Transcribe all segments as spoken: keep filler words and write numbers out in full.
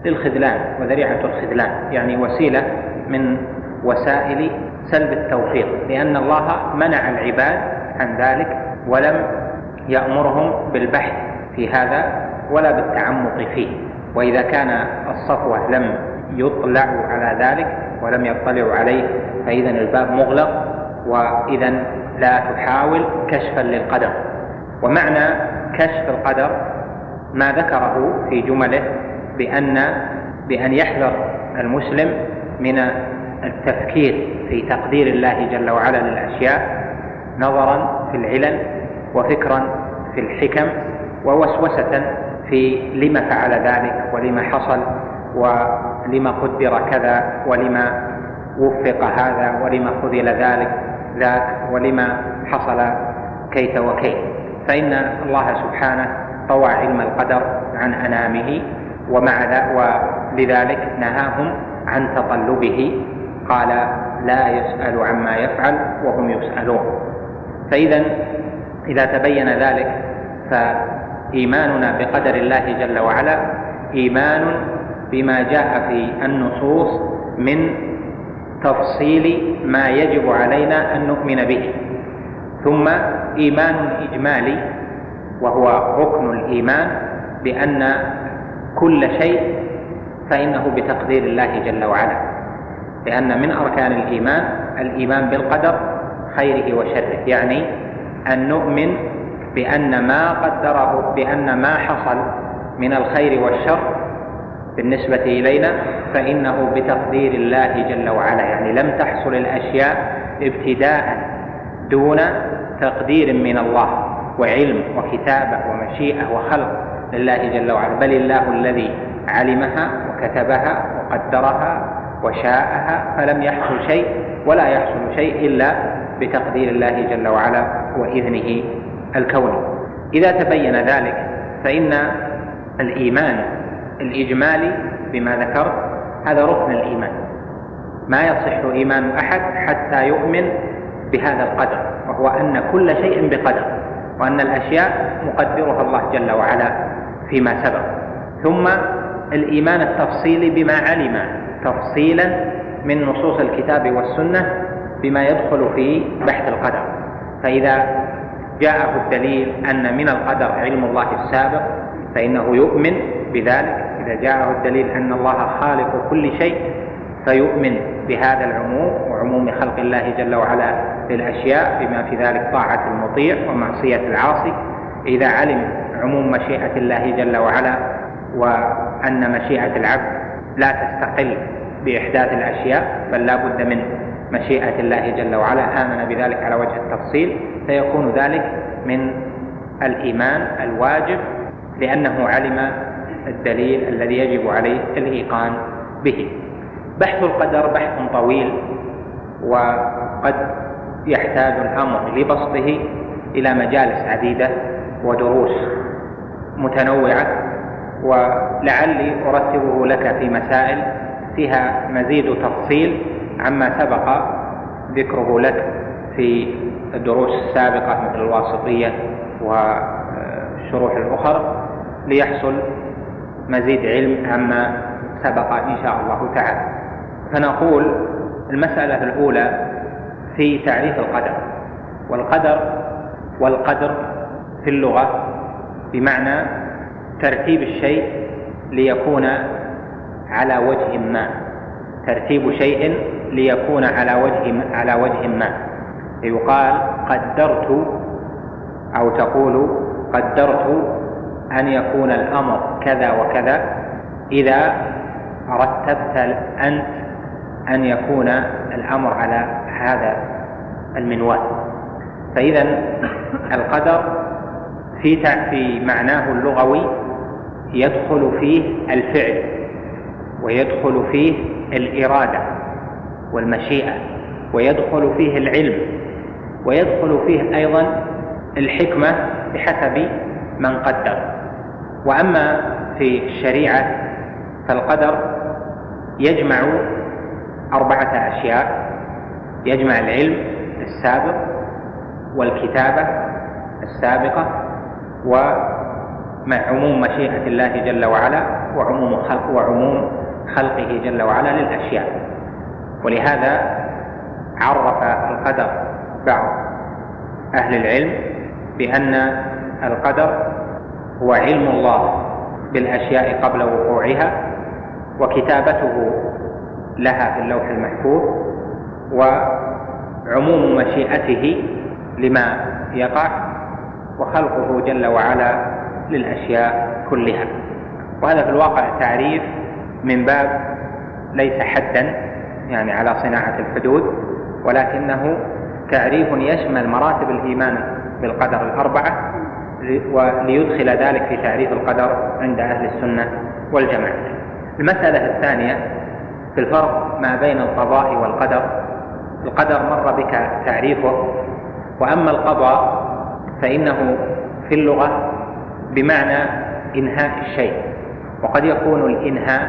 للخذلان وذريعة الخذلان، يعني وسيلة من وسائل سلب التوفيق، لأن الله منع العباد عن ذلك ولم يأمرهم بالبحث في هذا ولا بالتعمق فيه. وإذا كان الصفوة لم يطلعوا على ذلك ولم يطلعوا عليه فإذا الباب مغلق، وإذا لا تحاول كشفا للقدر. ومعنى كشف القدر ما ذكره في جمله بأن بأن يحذر المسلم من التفكير في تقدير الله جل وعلا للأشياء نظرا في العلل وفكرا في الحكم ووسوسة في لما فعل ذلك ولما حصل ولما قدر كذا ولما وفق هذا ولما خذل ذلك ذاك ولما حصل كيت وكيت. فإن الله سبحانه طوى علم القدر عن أنامه، ومع ولذلك نهاهم عن تطلبه، قال لا يسأل عما يفعل وهم يسألون. فإذا إذا تبين ذلك فإيماننا بقدر الله جل وعلا إيمان بما جاء في النصوص من تفصيل ما يجب علينا أن نؤمن به، ثم إيمان إجمالي وهو ركن الإيمان بأن كل شيء فإنه بتقدير الله جل وعلا، لأن من أركان الإيمان الإيمان بالقدر خيره وشره، يعني أن نؤمن بأن ما قدره بأن ما حصل من الخير والشر بالنسبة إلينا فإنه بتقدير الله جل وعلا، يعني لم تحصل الأشياء ابتداء دون تقدير من الله وعلم وكتابة ومشيئة وخلق لله جل وعلا، بل الله الذي علمها وكتبها وقدرها وشاءها، فلم يحصل شيء ولا يحصل شيء إلا بتقدير الله جل وعلا وإذنه الكوني. إذا تبين ذلك فإن الإيمان الإجمالي بما ذكرت هذا ركن الإيمان، ما يصح إيمان أحد حتى يؤمن بهذا القدر، وهو أن كل شيء بقدر، وأن الأشياء مقدرها الله جل وعلا فيما سبق. ثم الإيمان التفصيلي بما علم تفصيلا من نصوص الكتاب والسنة بما يدخل في بحث القدر، فإذا جاءه الدليل أن من القدر علم الله السابق فإنه يؤمن بذلك، إذا جاءه الدليل أن الله خالق كل شيء فيؤمن بهذا العموم وعموم خلق الله جل وعلا للأشياء بما في ذلك طاعة المطيع ومعصية العاصي. إذا علم عموم مشيئة الله جل وعلا وأن مشيئة العبد لا تستقل بإحداث الأشياء بل لا بد من مشيئة الله جل وعلا، آمن بذلك على وجه التفصيل، فيكون ذلك من الإيمان الواجب لأنه علم الدليل الذي يجب عليه الإيقان به. بحث القدر بحث طويل، وقد يحتاج الأمر لبسطه إلى مجالس عديدة ودروس متنوعة، ولعلي أرتبه لك في مسائل فيها مزيد تفصيل عما سبق ذكره لك في الدروس السابقة مثل الواسطية والشروح الأخرى، ليحصل مزيد علم عما سبق إن شاء الله تعالى. فنقول المسألة الأولى في تعريف القدر. والقدر والقدر في اللغة بمعنى ترتيب الشيء ليكون على وجه ما، ترتيب شيء ليكون على وجه على وجه ما. يقال قدرت، أو تقول قدرت أن يكون الأمر كذا وكذا إذا رتبت أنت أن يكون الأمر على هذا المنوال. فإذا القدر في في معناه اللغوي يدخل فيه الفعل، ويدخل فيه الإرادة والمشيئة، ويدخل فيه العلم، ويدخل فيه أيضا الحكمة بحسب من قدر. وأما في الشريعة فالقدر يجمع أربعة أشياء، يجمع العلم السابق والكتابة السابقة ومع عموم مشيئة الله جل وعلا وعموم خلق وعموم خلقه جل وعلا للأشياء. ولهذا عرف القدر بعض أهل العلم بأن القدر هو علم الله بالأشياء قبل وقوعها، وكتابته لها في اللوح المحفوظ، وعموم مشيئته لما يقع، وخلقه جل وعلا للأشياء كلها. وهذا في الواقع تعريف من باب ليس حدا يعني على صناعة الحدود، ولكنه تعريف يشمل مراتب الإيمان بالقدر الأربعة، وليدخل ذلك في تعريف القدر عند أهل السنة والجماعة. المسألة الثانية في الفرق ما بين القضاء والقدر. القدر مر بك تعريفه، وأما القضاء فإنه في اللغة بمعنى إنهاء الشيء، وقد يكون الإنهاء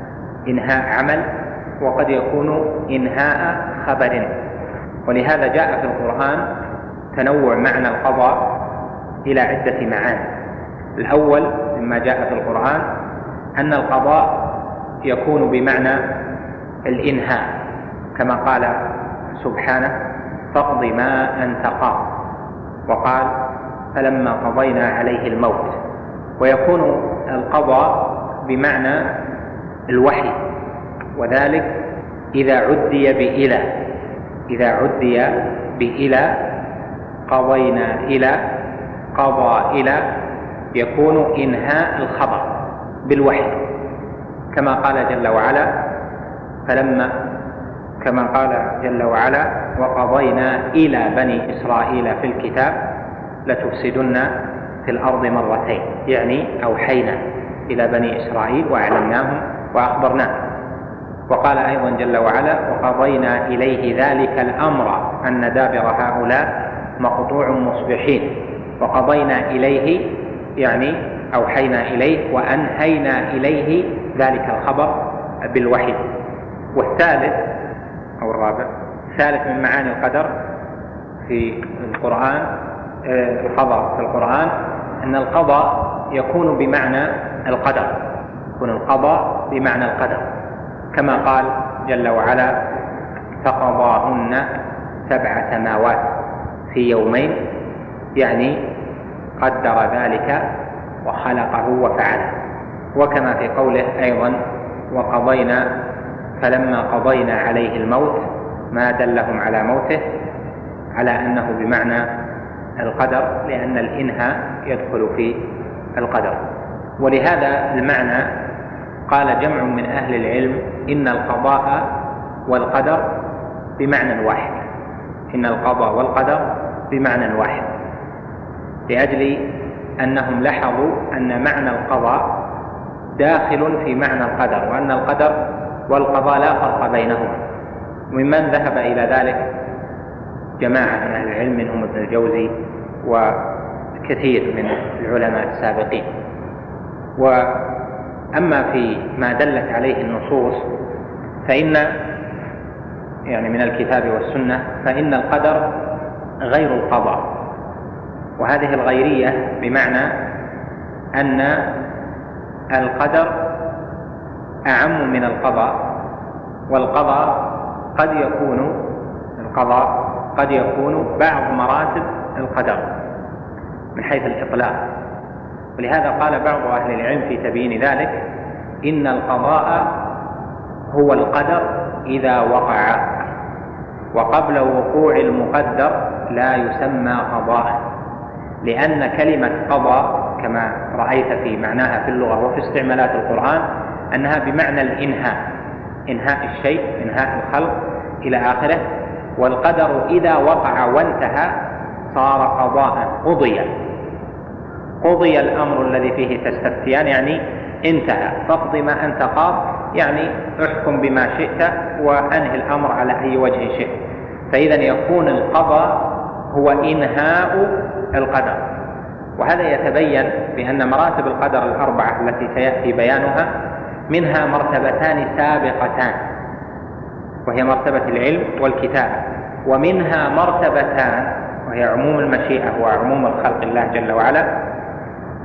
إنهاء عمل، وقد يكون إنهاء خبر. ولهذا جاء في القرآن تنوع معنى القضاء إلى عدة معاني. الأول مما جاء في القرآن أن القضاء يكون بمعنى الإنهاء، كما قال سبحانه: فاقض ما أنت قاض، وقال: فلما قضينا عليه الموت. ويكون القضاء بمعنى الوحي، وذلك إذا عدي بإلى إذا عدي بإلى قضينا إلى قضى إلى، يكون إنهاء الخبر بالوحي، كما قال جل وعلا فلما كما قال جل وعلا: وقضينا إلى بني إسرائيل في الكتاب لتفسدن في الأرض مرتين، يعني أوحينا إلى بني إسرائيل وأعلمناهم وأخبرناهم. وقال أيضا جل وعلا: وقضينا إليه ذلك الأمر أن دابر هؤلاء مقطوع مصبحين. وقضينا إليه يعني أوحينا إليه وأنهينا إليه ذلك الخبر بالوحي. والثالث أو الرابع ثالث من معاني القدر في القرآن القضاء في القرآن أن القضاء يكون بمعنى القدر يكون القضاء بمعنى القدر، كما قال جل وعلا: فقضاهن سبع سماوات في يومين، يعني قدر ذلك وخلقه وفعله. وكما في قوله أيضا: وقضينا فلما قضينا عليه الموت ما دلهم على موته، على أنه بمعنى القدر، لأن الإنهاء يدخل في القدر. ولهذا المعنى قال جمع من أهل العلم إن القضاء والقدر بمعنى واحد إن القضاء والقدر بمعنى واحد لأجل أنهم لاحظوا أن معنى القضاء داخل في معنى القدر، وأن القدر والقضاء لا فرق بينهما. وممن ذهب إلى ذلك جماعة من أهل العلم منهم ابن الجوزي وكثير من العلماء السابقين. وأما في ما دلت عليه النصوص فإن يعني من الكتاب والسنة فإن القدر غير القضاء، وهذه الغيرية بمعنى أن القدر أعم من القضاء، والقضاء قد يكون القضاء قد يكون بعض مراتب القدر من حيث الإطلاق. ولهذا قال بعض أهل العلم في تبيين ذلك: إن القضاء هو القدر إذا وقع، وقبل وقوع المقدر لا يسمى قضاء، لأن كلمة قضاء كما رأيت في معناها في اللغة وفي استعمالات القرآن أنها بمعنى الإنهاء، إنهاء الشيء، إنهاء الخلق إلى آخره. والقدر إذا وقع وانتهى صار قضاء، قضي قضي الأمر الذي فيه تستفتيان، يعني انتهى، فاقض ما أنت قاض، يعني احكم بما شئت وأنهي الأمر على أي وجه شئت. فإذا يكون القضاء هو إنهاء القدر. وهذا يتبين بأن مراتب القدر الأربعة التي سيأتي بيانها منها مرتبتان سابقتان، وهي مرتبة العلم والكتابة، ومنها مرتبتان وهي عموم المشيئة وعموم الخلق الله جل وعلا،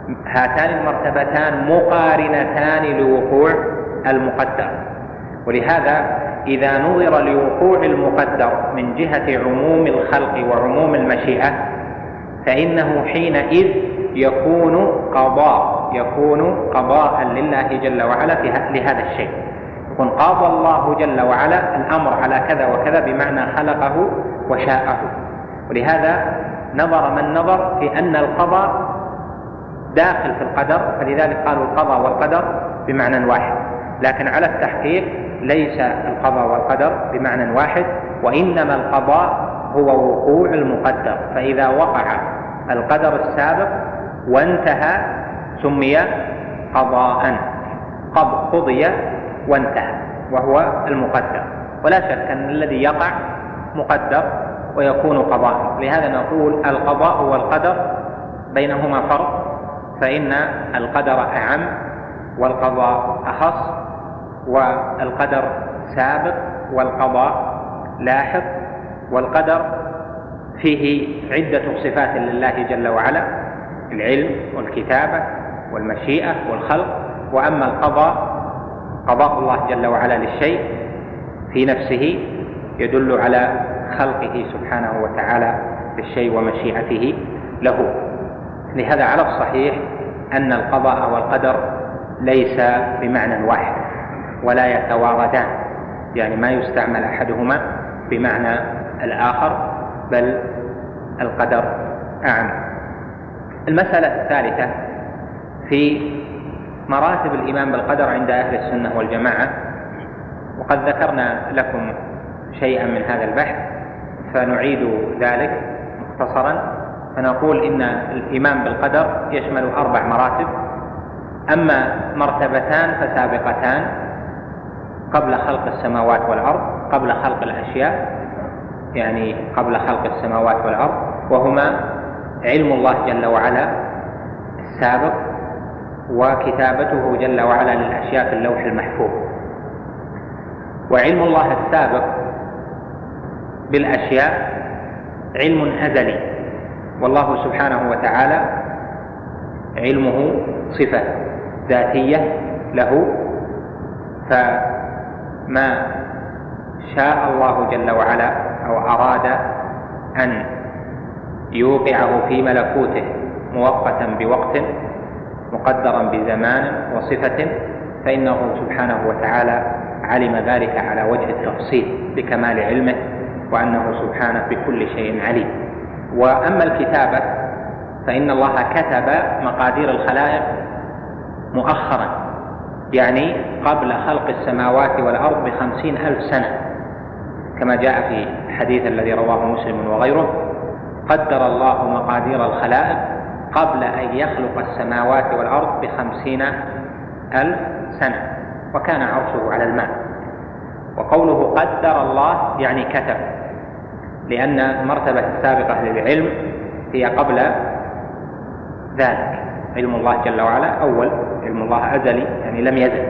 هاتان المرتبتان مقارنتان لوقوع المقدر. ولهذا إذا نظر لوقوع المقدر من جهة عموم الخلق وعموم المشيئة فإنه حينئذ يكون قضاء يكون قضاء لله جل وعلا في لهذا الشيء، يكون قضى الله جل وعلا الأمر على كذا وكذا بمعنى خلقه وشاءه. ولهذا نظر من نظر في أن القضاء داخل في القدر، فلذلك قالوا القضاء والقدر بمعنى واحد، لكن على التحقيق ليس القضاء والقدر بمعنى واحد، وإنما القضاء هو وقوع المقدر. فإذا وقع القدر السابق وانتهى سمي قضاء، قضي وانتهى وهو المقدر. ولا شك أن الذي يقع مقدر ويكون قضاء. لهذا نقول القضاء والقدر بينهما فرق، فإن القدر أعم والقضاء أخص، والقدر سابق والقضاء لاحق. والقدر فيه عدة صفات لله جل وعلا: العلم والكتابة والمشيئة والخلق. وأما القضاء قضاء الله جل وعلا للشيء في نفسه يدل على خلقه سبحانه وتعالى للشيء ومشيئته له. لهذا على الصحيح أن القضاء والقدر ليس بمعنى واحد ولا يتواردان، يعني ما يستعمل أحدهما بمعنى الآخر، بل القدر أعم. المسألة الثالثة في مراتب الإيمان بالقدر عند أهل السنة والجماعة، وقد ذكرنا لكم شيئا من هذا البحث فنعيد ذلك مختصرا. فنقول إن الإيمان بالقدر يشمل أربع مراتب. أما مرتبتان فسابقتان قبل خلق السماوات والأرض، قبل خلق الأشياء يعني قبل خلق السماوات والأرض، وهما علم الله جل وعلا السابق وكتابته جل وعلا للأشياء في اللوح المحفوظ. وعلم الله السابق بالأشياء علم أزلي، والله سبحانه وتعالى علمه صفة ذاتية له، فما شاء الله جل وعلا أو أراد أن يوقعه في ملكوته مؤقتا بوقت مقدرا بزمان وصفة، فإنه سبحانه وتعالى علم ذلك على وجه التفصيل بكمال علمه، وأنه سبحانه بكل شيء عليم. وأما الكتابة فإن الله كتب مقادير الخلائق مؤخرا، يعني قبل خلق السماوات والأرض بخمسين ألف سنة، كما جاء في الحديث الذي رواه مسلم وغيره: قدر الله مقادير الخلائق قبل أن يخلق السماوات والأرض بخمسين ألف سنة، وكان عرشه على الماء. وقوله قدر الله يعني كتب، لأن المرتبة السابقة للعلم هي قبل ذلك. علم الله جل وعلا أول، علم الله أزلي يعني لم يزل.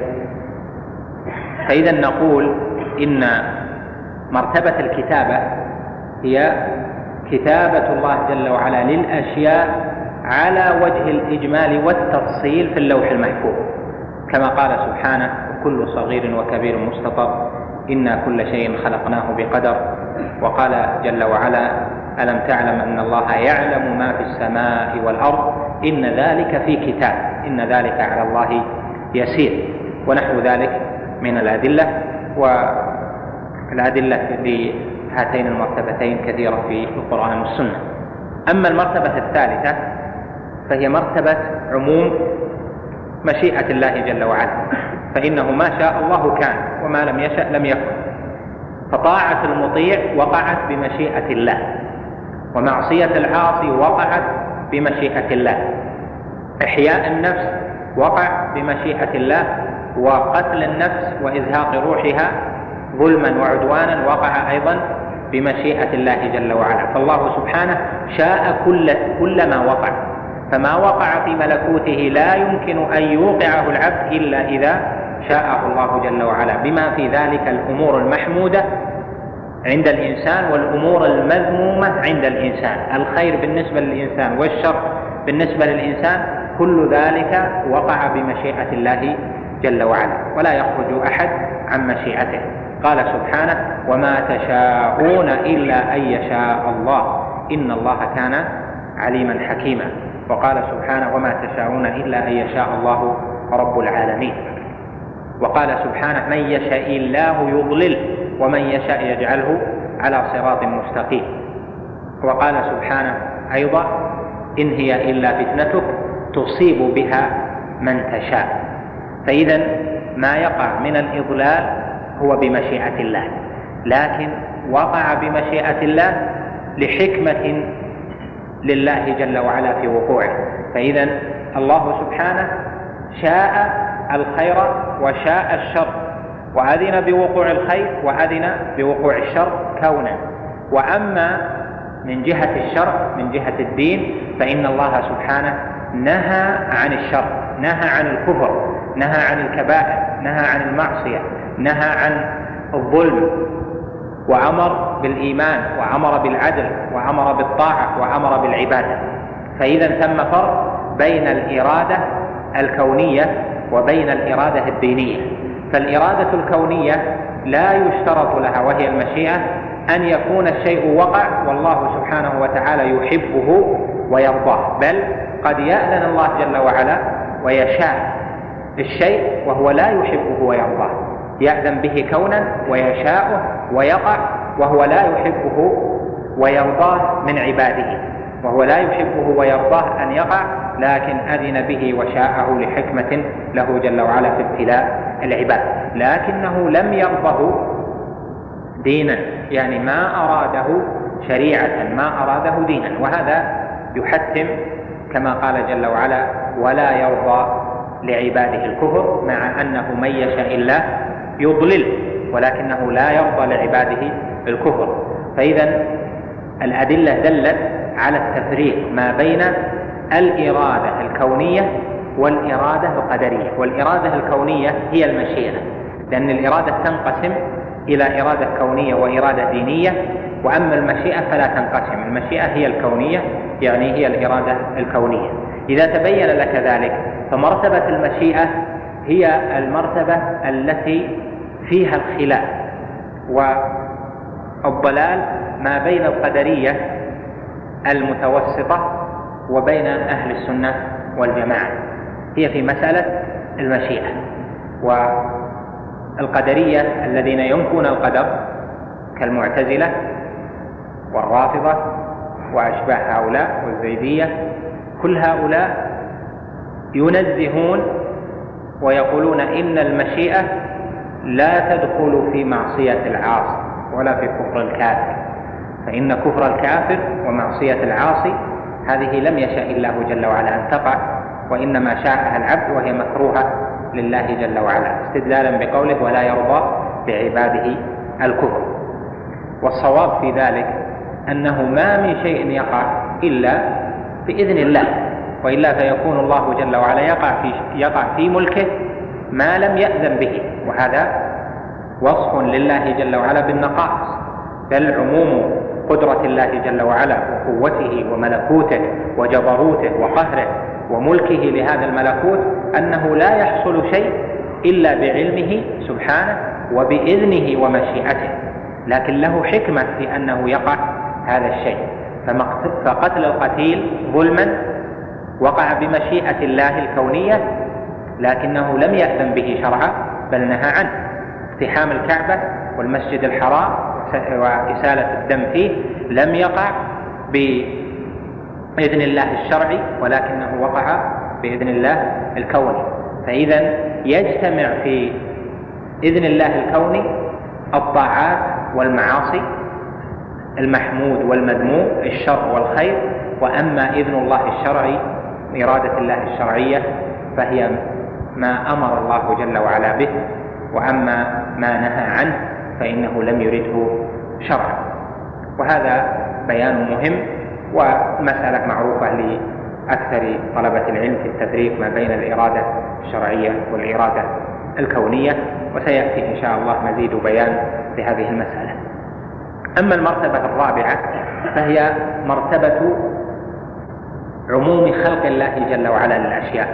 فإذا نقول إن مرتبة الكتابة هي كتابة الله جل وعلا للأشياء على وجه الإجمال والتفصيل في اللوح المحفوظ، كما قال سبحانه: كل صغير وكبير مستطر إنا كل شيء خلقناه بقدر. وقال جل وعلا: ألم تعلم أن الله يعلم ما في السماء والأرض إن ذلك في كتاب إن ذلك على الله يسير. ونحو ذلك من الأدلة، والأدلة لهاتين المرتبتين كثيرة في القرآن والسنة. أما المرتبة الثالثة فهي مرتبة عموم مشيئة الله جل وعلا، فإنه ما شاء الله كان وما لم يشأ لم يكن. فطاعة المطيع وقعت بمشيئة الله، ومعصية العاصي وقعت بمشيئة الله. إحياء النفس وقع بمشيئة الله، وقتل النفس وإزهاق روحها ظلما وعدوانا وقع أيضا بمشيئة الله جل وعلا. فالله سبحانه شاء كل, كل ما وقع، فما وقع في ملكوته لا يمكن أن يوقعه العبد إلا إذا شاءه الله جل وعلا، بما في ذلك الأمور المحمودة عند الإنسان والأمور المذمومة عند الإنسان. الخير بالنسبة للإنسان والشر بالنسبة للإنسان كل ذلك وقع بمشيئة الله جل وعلا، ولا يخرج أحد عن مشيئته. قال سبحانه: وما تشاءون إلا أن يشاء الله إن الله كان عليما حكيما. وقال سبحانه: وما تشاءون إلا أن يشاء الله رب العالمين. وقال سبحانه: من يشاء الله يضلل ومن يشاء يجعله على صراط مستقيم. وقال سبحانه أيضا: إن هي إلا فتنتك تصيب بها من تشاء. فإذا ما يقع من الإضلال هو بمشيئة الله، لكن وقع بمشيئة الله لحكمة لله جل وعلا في وقوعه. فإذا الله سبحانه شاء الخير وشاء الشر، وأذن بوقوع الخير وأذن بوقوع الشر كونا. وأما من جهة الشر من جهة الدين فإن الله سبحانه نهى عن الشر، نهى عن الكفر، نهى عن الكبائر، نهى عن المعصية، نهى عن الظلم، وأمر بالإيمان، وأمر بالعدل، وأمر بالطاعة، وأمر بالعبادة. فإذا ثم فرق بين الإرادة الكونية وبين الإرادة الدينية. فالإرادة الكونية لا يشترط لها، وهي المشيئة، أن يكون الشيء وقع والله سبحانه وتعالى يحبه ويرضاه، بل قد يأذن الله جل وعلا ويشاء الشيء وهو لا يحبه ويرضاه، يأذن به كونا ويشاءه ويقع وهو لا يحبه ويرضاه من عباده، وهو لا يحبه ويرضاه أن يقع، لكن أذن به وشاءه لحكمة له جل وعلا في ابتلاء العباد، لكنه لم يرضه دينا، يعني ما أراده شريعة، ما أراده دينا. وهذا يحتم كما قال جل وعلا: ولا يرضى لعباده الكفر، مع أنه من يشاء الله يضلل، ولكنه لا يرضى لعباده الكفر. فإذا الأدلة دلت على التفريق ما بين الإرادة الكونية والإرادة القدرية. والإرادة الكونية هي المشيئة، لأن الإرادة تنقسم إلى إرادة كونية وإرادة دينية، وأما المشيئة فلا تنقسم. المشيئة هي الكونية، يعني هي الإرادة الكونية. إذا تبين لك ذلك فمرتبة المشيئة هي المرتبة التي فيها الخلاف والضلال ما بين القدرية المتوسطة وبين أهل السنة والجماعة، هي في مسألة المشيئة. والقدرية الذين ينفون القدر كالمعتزلة والرافضة وأشباه هؤلاء والزيدية، كل هؤلاء ينزهون ويقولون إن المشيئة لا تدخل في معصية العاصي ولا في كفر الكافر، فإن كفر الكافر ومعصية العاصي هذه لم يشاء الله جل وعلا أن تقع، وإنما شاءها العبد وهي مكروهة لله جل وعلا، استدلالا بقوله: ولا يرضى لعباده الكفر. والصواب في ذلك أنه ما من شيء يقع إلا بإذن الله، وإلا فيكون الله جل وعلا يقع في, يقع في ملكه ما لم يأذن به، وهذا وصف لله جل وعلا بالنقائص، بل عموم قدرة الله جل وعلا وقوته وملكوته وجبروته وقهره وملكه لهذا الملكوت أنه لا يحصل شيء إلا بعلمه سبحانه وبإذنه ومشيئته، لكن له حكمة في أنه يقع هذا الشيء. فقتل القتيل ظلما وقع بمشيئة الله الكونية، لكنه لم يأذن به شرعا بل نهى عنه. اقتحام الكعبة والمسجد الحرام وإسالة الدم فيه لم يقع بإذن الله الشرعي، ولكنه وقع بإذن الله الكوني. فإذا يجتمع في إذن الله الكوني الطاعات والمعاصي، المحمود والمذموم، الشر والخير. وأما إذن الله الشرعي، إرادة الله الشرعية، فهي ما أمر الله جل وعلا به، وأما ما نهى عنه فإنه لم يرده شرعا. وهذا بيان مهم ومسألة معروفة لأكثر طلبة العلم في التفريق ما بين الإرادة الشرعية والإرادة الكونية، وسيأتي إن شاء الله مزيد بيان لهذه المسألة. أما المرتبة الرابعة فهي مرتبة عموم خلق الله جل وعلا للأشياء.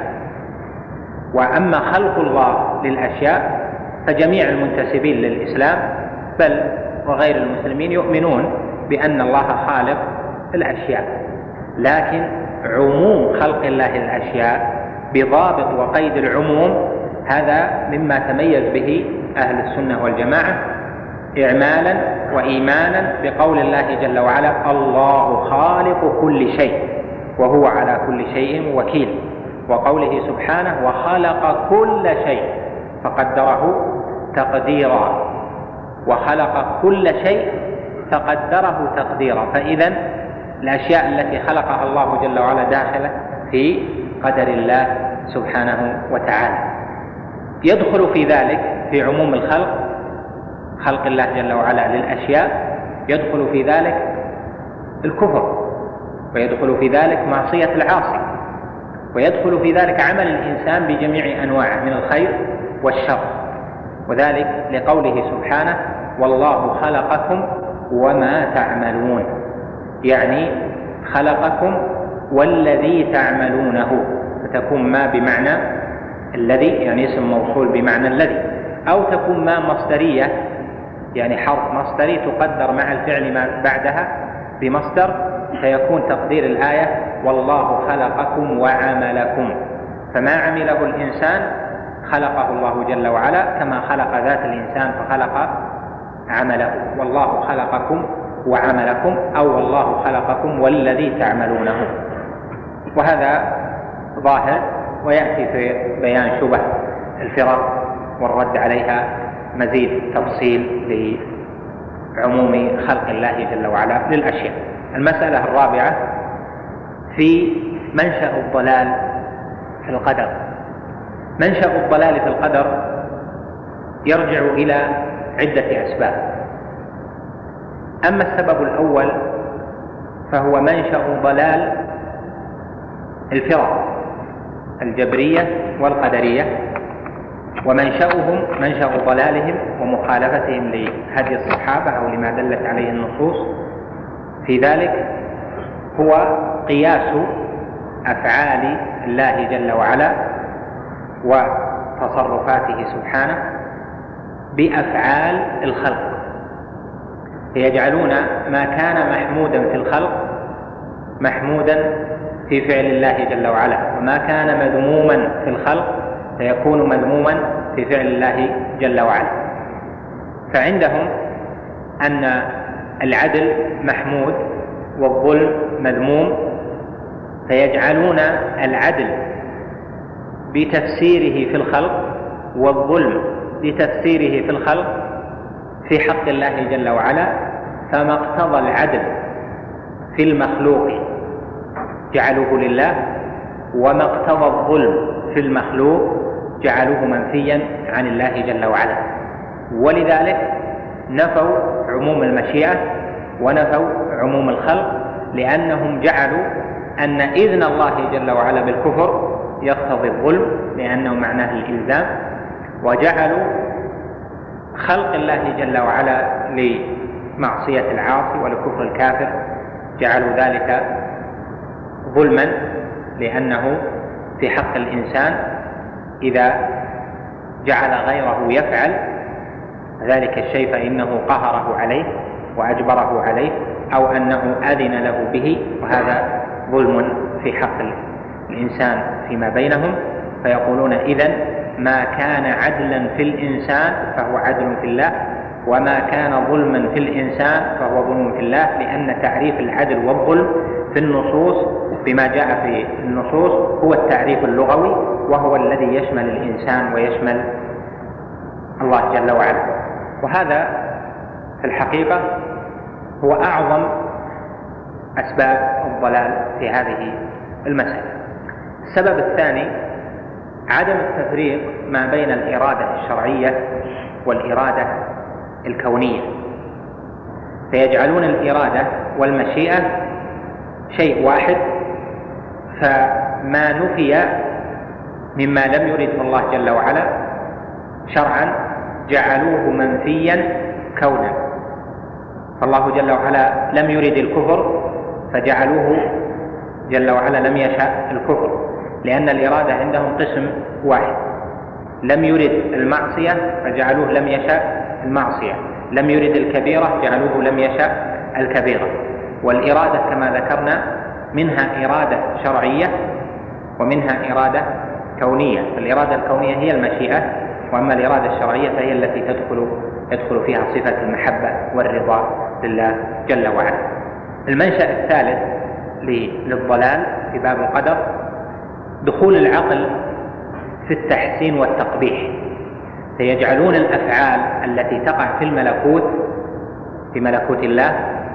وأما خلق الله للأشياء فجميع المنتسبين للإسلام بل وغير المسلمين يؤمنون بأن الله خالق الأشياء، لكن عموم خلق الله للأشياء بضابط وقيد العموم هذا مما تميز به أهل السنة والجماعة إعمالا وإيمانا بقول الله جل وعلا: الله خالق كل شيء وهو على كل شيء وكيل، وقوله سبحانه: وخلق كل شيء فقدره تقديرا، وخلق كل شيء فقدره تقديرا. فإذا الأشياء التي خلقها الله جل وعلا داخلة في قدر الله سبحانه وتعالى. يدخل في ذلك في عموم الخلق خلق الله جل وعلا للأشياء يدخل في ذلك الكفر، ويدخل في ذلك معصية العاصي، ويدخل في ذلك عمل الإنسان بجميع أنواعه من الخير والشر، وذلك لقوله سبحانه: والله خلقكم وما تعملون، يعني خلقكم والذي تعملونه، فتكون ما بمعنى الذي يعني اسم موصول بمعنى الذي، أو تكون ما مصدرية يعني حرف مصدري تقدر مع الفعل ما بعدها بمصدر، فيكون تقدير الآية: والله خلقكم وعملكم، فما عمله الإنسان خلقه الله جل وعلا كما خلق ذات الإنسان فخلق عمله. والله خلقكم وعملكم، أو والله خلقكم والذي تعملونه. وهذا ظاهر ويأتي في بيان شبه الفرق والرد عليها مزيد تفصيل لعموم خلق الله جل وعلا للأشياء. المسألة الرابعة في منشأ الضلال في القدر. منشأ الضلال في القدر يرجع إلى عدة أسباب. أما السبب الأول فهو منشأ ضلال الفرق الجبرية والقدرية، ومنشأهم منشأ ضلالهم ومخالفتهم لهدي الصحابة أو لما دلت عليه النصوص في ذلك هو قياس أفعال الله جل وعلا وتصرفاته سبحانه بأفعال الخلق، فيجعلون ما كان محمودا في الخلق محمودا في فعل الله جل وعلا، وما كان مذموما في الخلق فيكون مذموما في فعل الله جل وعلا. فعندهم أن العدل محمود والظلم مذموم، فيجعلون العدل بتفسيره في الخلق والظلم بتفسيره في الخلق في حق الله جل وعلا، فما اقتضى العدل في المخلوق جعلوه لله، وما اقتضى الظلم في المخلوق جعلوه منفيا عن الله جل وعلا. ولذلك نفوا عموم المشيئة ونفوا عموم الخلق، لأنهم جعلوا أن إذن الله جل وعلا بالكفر يقتضي الظلم لأنه معناه الإلزام، وجعلوا خلق الله جل وعلا لمعصية العاصي ولكفر الكافر جعلوا ذلك ظلما، لأنه في حق الإنسان إذا جعل غيره يفعل ذلك الشيء فإنه قهره عليه وأجبره عليه أو أنه أذن له به، وهذا ظلم في حق الإنسان فيما بينهم. فيقولون إذن ما كان عدلا في الإنسان فهو عدل في الله، وما كان ظلما في الإنسان فهو ظلم في الله، لأن تعريف العدل والظلم في النصوص بما جاء في النصوص هو التعريف اللغوي، وهو الذي يشمل الإنسان ويشمل الله جل وعلا. وهذا في الحقيقة هو أعظم أسباب الضلال في هذه المسألة. السبب الثاني عدم التفريق ما بين الإرادة الشرعية والإرادة الكونية، فيجعلون الإرادة والمشيئة شيء واحد، فما نفي مما لم يرده الله جل وعلا شرعا جعلوه منفيا كونا. فالله جل وعلا لم يرد الكفر فجعلوه جل وعلا لم يشاء الكفر، لأن الإرادة عندهم قسم واحد، لم يرد المعصية فجعلوه لم يشاء المعصية، لم يرد الكبيرة جعلوه لم يشاء الكبيرة. والإرادة كما ذكرنا منها إرادة شرعية ومنها إرادة كونية. الإرادة الكونية هي المشيئة، وأما الإرادة الشرعية فهي التي تدخل يدخل فيها صفة المحبة والرضا لله جل وعلا. المنشأ الثالث للضلال في باب القدر دخول العقل في التحسين والتقبيح، فيجعلون الأفعال التي تقع في الملكوت في ملكوت الله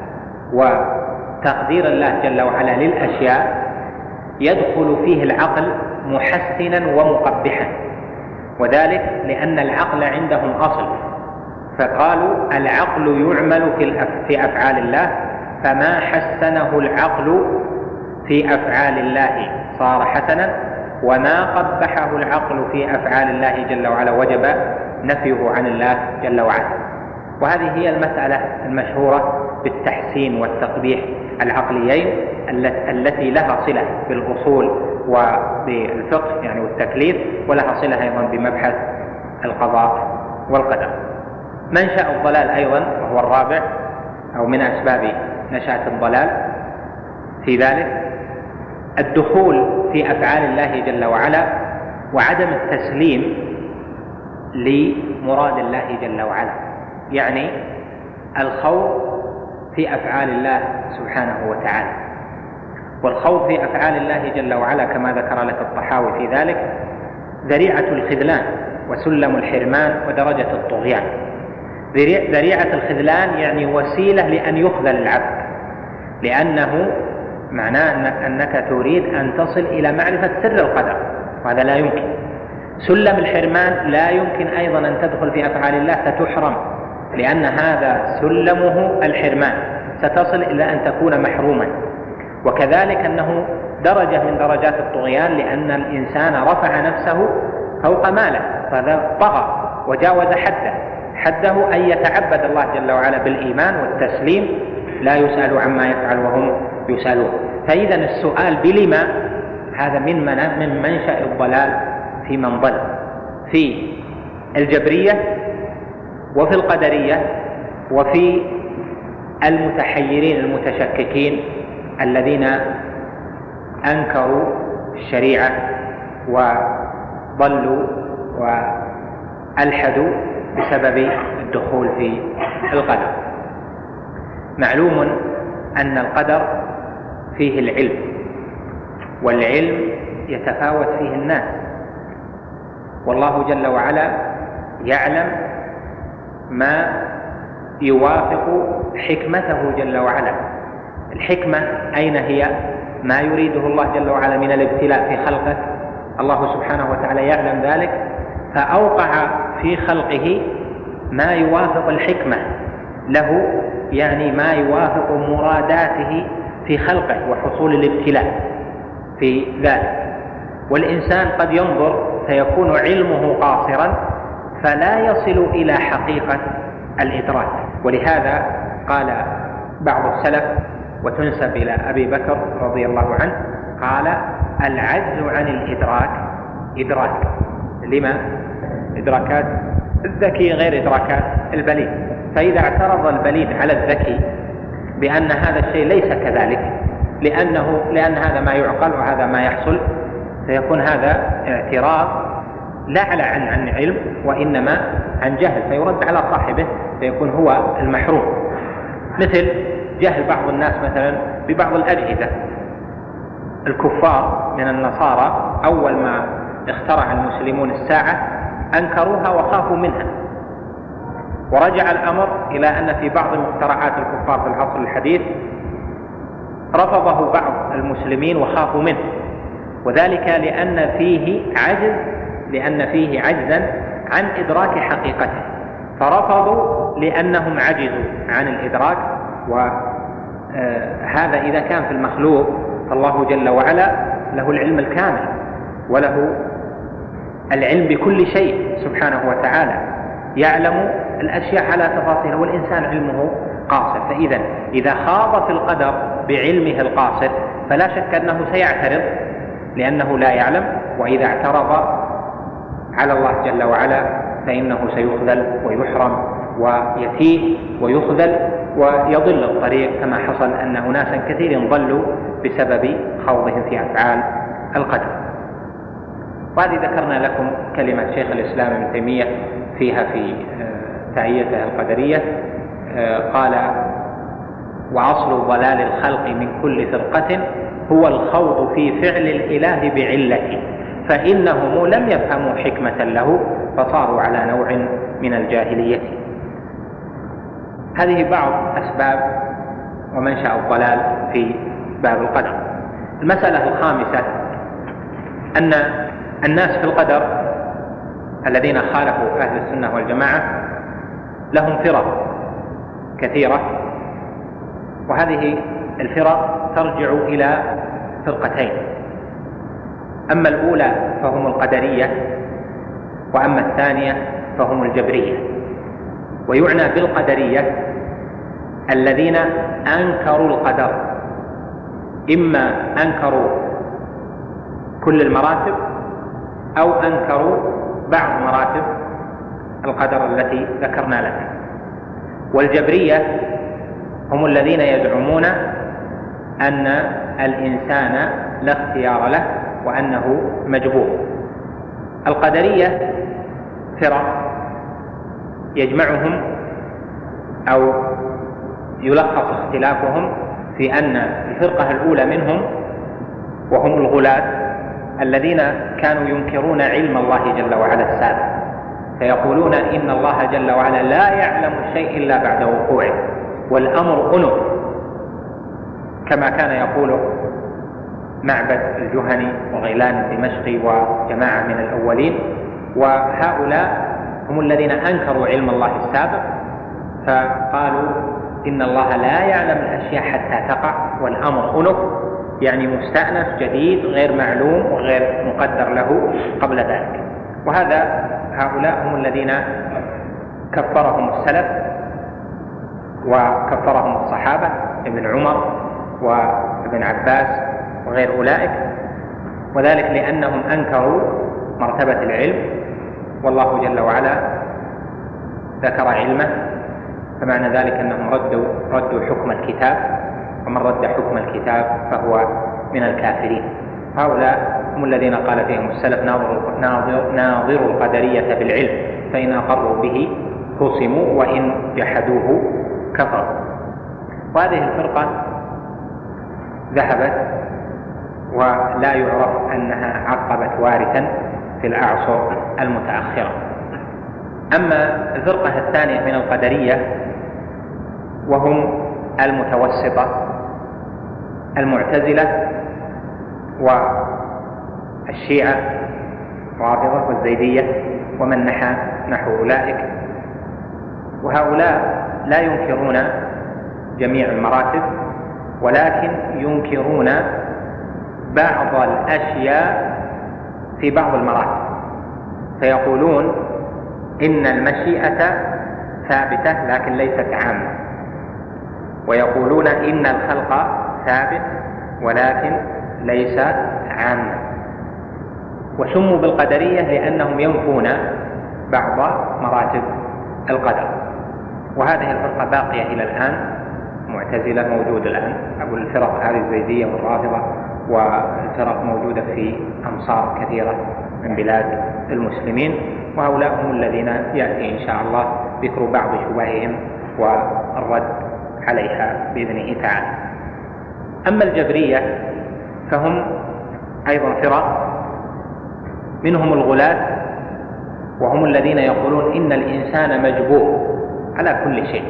وتقدير الله جل وعلا للأشياء يدخل فيه العقل محسنا ومقبحا، وذلك لأن العقل عندهم أصل، فقالوا العقل يعمل في أفعال الله، فما حسنه العقل في أفعال الله صار حسنا، وما قبحه العقل في أفعال الله جل وعلا وجب نفيه عن الله جل وعلا. وهذه هي المسألة المشهورة بالتحسين والتقبيح العقليين التي لها صلة بالأصول وبالفقه يعني والتكليف، ولها صلة أيضا بمبحث القضاء والقدر. منشأ الضلال أيضا وهو الرابع أو من أسباب نشأة الضلال في ذلك الدخول في أفعال الله جل وعلا وعدم التسليم لمراد الله جل وعلا، يعني الخوض في أفعال الله سبحانه وتعالى. والخوض في أفعال الله جل وعلا كما ذكر لك الطحاوي في ذلك ذريعة الخذلان وسلم الحرمان ودرجة الطغيان. ذريعة الخذلان يعني وسيلة لأن يخذل العبد، لأنه معناه أنك تريد أن تصل إلى معرفة سر القدر، وهذا لا يمكن. سلم الحرمان لا يمكن أيضا أن تدخل في أفعال الله فتحرم، لأن هذا سلمه الحرمان، ستصل إلى أن تكون محروما. وكذلك أنه درجة من درجات الطغيان، لأن الإنسان رفع نفسه فوق ماله، فهذا طغى وجاوز حده حده أن يتعبد الله جل وعلا بالإيمان والتسليم، لا يسأل عما يفعل وهم يسألون. فإذا السؤال بلما هذا من من منشأ الضلال في من ضل في الجبرية وفي القدرية وفي المتحيرين المتشككين الذين أنكروا الشريعة وضلوا وألحدوا بسبب الدخول في القدر. معلوم أن القدر فيه العلم، والعلم يتفاوت فيه الناس، والله جل وعلا يعلم ما يوافق حكمته جل وعلا. الحكمة أين هي؟ ما يريده الله جل وعلا من الابتلاء في خلقه، الله سبحانه وتعالى يعلم ذلك، فأوقع في خلقه ما يوافق الحكمة له، يعني ما يوافق مراداته في خلقه وحصول الابتلاء في ذلك. والإنسان قد ينظر فيكون علمه قاصرا فلا يصل إلى حقيقة الإدراك. ولهذا قال بعض السلف وتنسب إلى أبي بكر رضي الله عنه، قال العجز عن الإدراك إدراك. لما؟ إدراكات الذكي غير إدراكات البليد، فإذا اعترض البليد على الذكي بأن هذا الشيء ليس كذلك لأنه لأن هذا ما يعقل وهذا ما يحصل، فيكون هذا اعتراض لا على عن عن علم وإنما عن جهل، فيرد على صاحبه فيكون هو المحروم. مثل جهل بعض الناس مثلا ببعض الأجهزة. الكفار من النصارى أول ما اخترع المسلمون الساعة أنكروها وخافوا منها، ورجع الأمر إلى أن في بعض مخترعات الكفار في العصر الحديث رفضه بعض المسلمين وخافوا منه، وذلك لأن فيه عجز لأن فيه عجزا عن إدراك حقيقته، فرفضوا لأنهم عجزوا عن الإدراك. وهذا إذا كان في المخلوق فالله جل وعلا له العلم الكامل وله العلم بكل شيء سبحانه وتعالى، يعلم الأشياء على تفاصيلها، والإنسان علمه قاصر. فإذا إذا خاض في القدر بعلمه القاصر فلا شك أنه سيعترض لأنه لا يعلم، وإذا اعترض على الله جل وعلا فإنه سيخذل ويحرم ويتيه ويخذل ويضل الطريق، كما حصل أن أناسا كثير ضلوا بسبب خوضهم في أفعال القدر. وهذه ذكرنا لكم كلمة شيخ الإسلام ابن تيمية فيها في تأييده القدرية، قال: وأصل ضلال الخلق من كل فرقة هو الخوض في فعل الإله بعلة، فإنهم لم يفهموا حكمة له فصاروا على نوع من الجاهلية. هذه بعض أسباب ومنشأ الضلال في باب القدر. المسألة الخامسة أن الناس في القدر الذين خالفوا أهل السنة والجماعة لهم فرق كثيرة، وهذه الفرق ترجع إلى فرقتين: أما الأولى فهم القدرية، وأما الثانية فهم الجبرية. ويعنى بالقدرية الذين أنكروا القدر، إما أنكروا كل المراتب أو أنكروا بعض مراتب القدر التي ذكرنا لها. والجبرية هم الذين يزعمون أن الإنسان لا اختيار له وأنه مجبور. القدرية فرق يجمعهم أو يلخص اختلافهم في أن الفرقة الأولى منهم وهم الغلاة الذين كانوا ينكرون علم الله جل وعلا السابق، فيقولون إن الله جل وعلا لا يعلم الشيء إلا بعد وقوعه والأمر أنف، كما كان يقول معبد الجهني وغيلان الدمشقي وجماعة من الأولين. وهؤلاء هم الذين أنكروا علم الله السابق، فقالوا إن الله لا يعلم الأشياء حتى تقع والأمر أنف، يعني مستأنف جديد غير معلوم وغير مقدر له قبل ذلك. وهذا هؤلاء هم الذين كفرهم السلف وكفرهم الصحابة ابن عمر وابن عباس وغير أولئك، وذلك لأنهم أنكروا مرتبة العلم، والله جل وعلا ذكر علمه، فمعنى ذلك أنهم ردوا, ردوا حكم الكتاب، ومن رد حكم الكتاب فهو من الكافرين. هؤلاء هم الذين قال فيهم السلف: ناظروا ناظر ناظر القدرية بالعلم فإن أقروا به خصموا وإن جحدوه كفروا. وهذه الفرقة ذهبت ولا يعرف أنها عقبت وارثا في الأعصر المتأخرة. أما الفرقة الثانية من القدرية وهم المتوسطة المعتزلة والشيعة الرافضة والزيدية ومن نحى نحو أولئك. وهؤلاء لا ينكرون جميع المراتب، ولكن ينكرون بعض الأشياء في بعض المراتب، فيقولون إن المشيئة ثابتة لكن ليست عامة، ويقولون إن الخلق ثابت ولكن ليس عاما. وسموا بالقدرية لأنهم ينفون بعض مراتب القدر. وهذه الفرقة باقية إلى الآن، معتزلة موجودة الآن، أقول الفرق هذه الزيدية والرافضة، والفرق موجودة في أمصار كثيرة من بلاد المسلمين، وهؤلاء هم الذين يأتي إن شاء الله ذكر بعض شبههم والرد عليها بإذنه تعالى. أما الجبرية فهم أيضا فرق، منهم الغلاة وهم الذين يقولون إن الإنسان مجبور على كل شيء،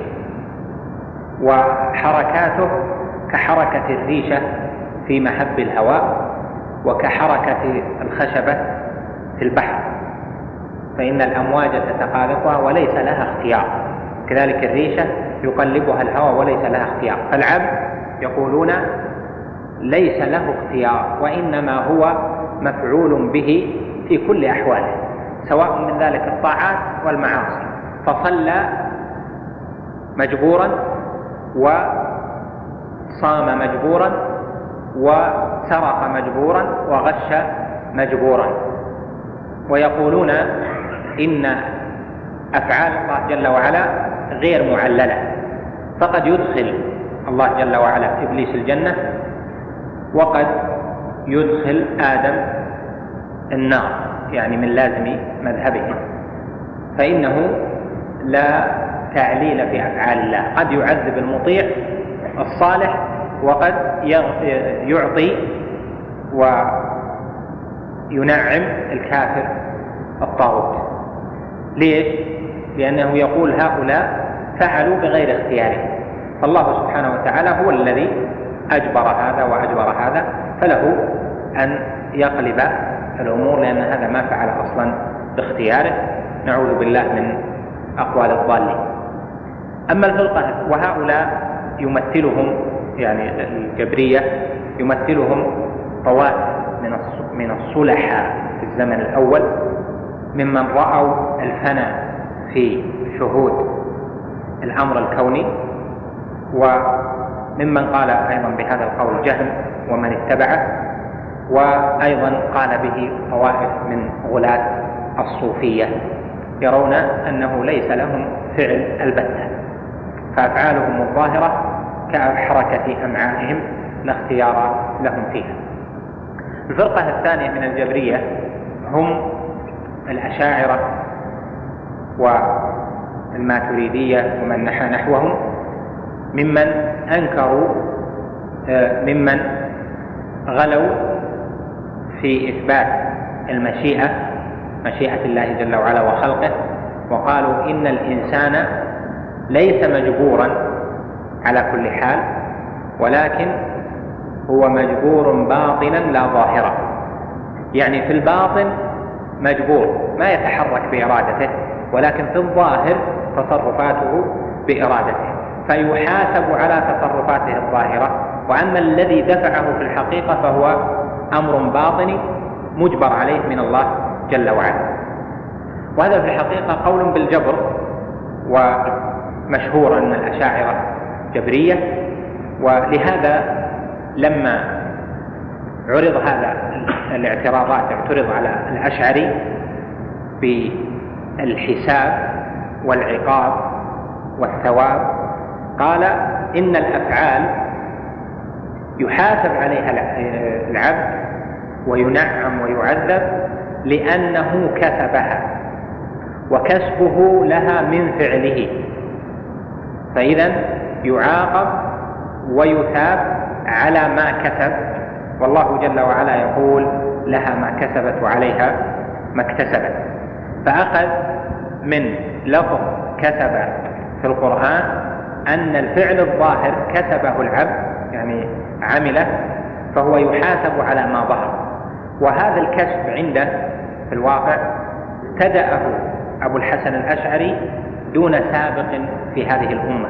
وحركاته كحركة الريشة في محب الهواء وكحركة الخشبة في البحر، فإن الأمواج تتقاذفها وليس لها اختيار، كذلك الريشة يقلبها الهواء وليس لها اختيار. فالعبد يقولون ليس له اختيار، وإنما هو مفعول به في كل أحواله، سواء من ذلك الطاعات والمعاصي، فصلى مجبورا صام مجبورا وسرق مجبورا وغش مجبورا. ويقولون إن أفعال الله جل وعلا غير معللة، فقد يدخل الله جل وعلا إبليس الجنة وقد يدخل آدم النار، يعني من لازم مذهبهم، فإنه لا تعليل في أفعال الله. قد يعذب المطيع الصالح وقد يعطي وينعم الكافر الطاغوت. ليش؟ لأنه يقول هؤلاء فعلوا بغير اختيارهم، فالله سبحانه وتعالى هو الذي أجبر هذا وأجبر هذا، فله أن يقلب الأمور، لأن هذا ما فعل أصلا باختياره، نعوذ بالله من أقوال الضالين. أما الفرقة وهؤلاء يمثلهم يعني الجبرية يمثلهم طوائف من الصلحاء في الزمن الأول ممن رأوا الفناء في شهود الأمر الكوني، وممن قال أيضا بهذا القول جهم ومن اتبعه، وأيضا قال به طوائف من غلاة الصوفية يرون أنه ليس لهم فعل البتة، فأفعالهم الظاهرة كحركة أمعائهم لا اختيار لهم فيها. الفرقة الثانية من الجبرية هم الأشاعرة والماتريدية ومن نحى نحوهم، ممن أنكروا ممن غلوا في إثبات المشيئة مشيئة الله جل وعلا وخلقه، وقالوا إن الإنسان ليس مجبورا على كل حال، ولكن هو مجبور باطنا لا ظاهرا، يعني في الباطن مجبور ما يتحرك بإرادته، ولكن في الظاهر تصرفاته بإرادته، فيحاسب على تصرفاته الظاهرة. وأما الذي دفعه في الحقيقة فهو أمر باطني مجبر عليه من الله جل وعلا. وهذا في الحقيقة قول بالجبر، ومشهور أن الأشاعرة جبرية. ولهذا لما عرض هذا الاعتراضات اعترض على الأشعري بالحساب والعقاب والثواب، قال إن الأفعال يحاسب عليها العبد وينعم ويعذب لأنه كسبها، وكسبه لها من فعله، فإذا يعاقب ويثاب على ما كسب، والله جل وعلا يقول لها ما كسبت وعليها ما اكتسبت. فأخذ من لفظ كسب في القرآن أن الفعل الظاهر كسبه العبد يعني عمله، فهو يحاسب على ما ظهر. وهذا الكسب عنده في الواقع ابتدأه أبو الحسن الأشعري دون سابق في هذه الأمة،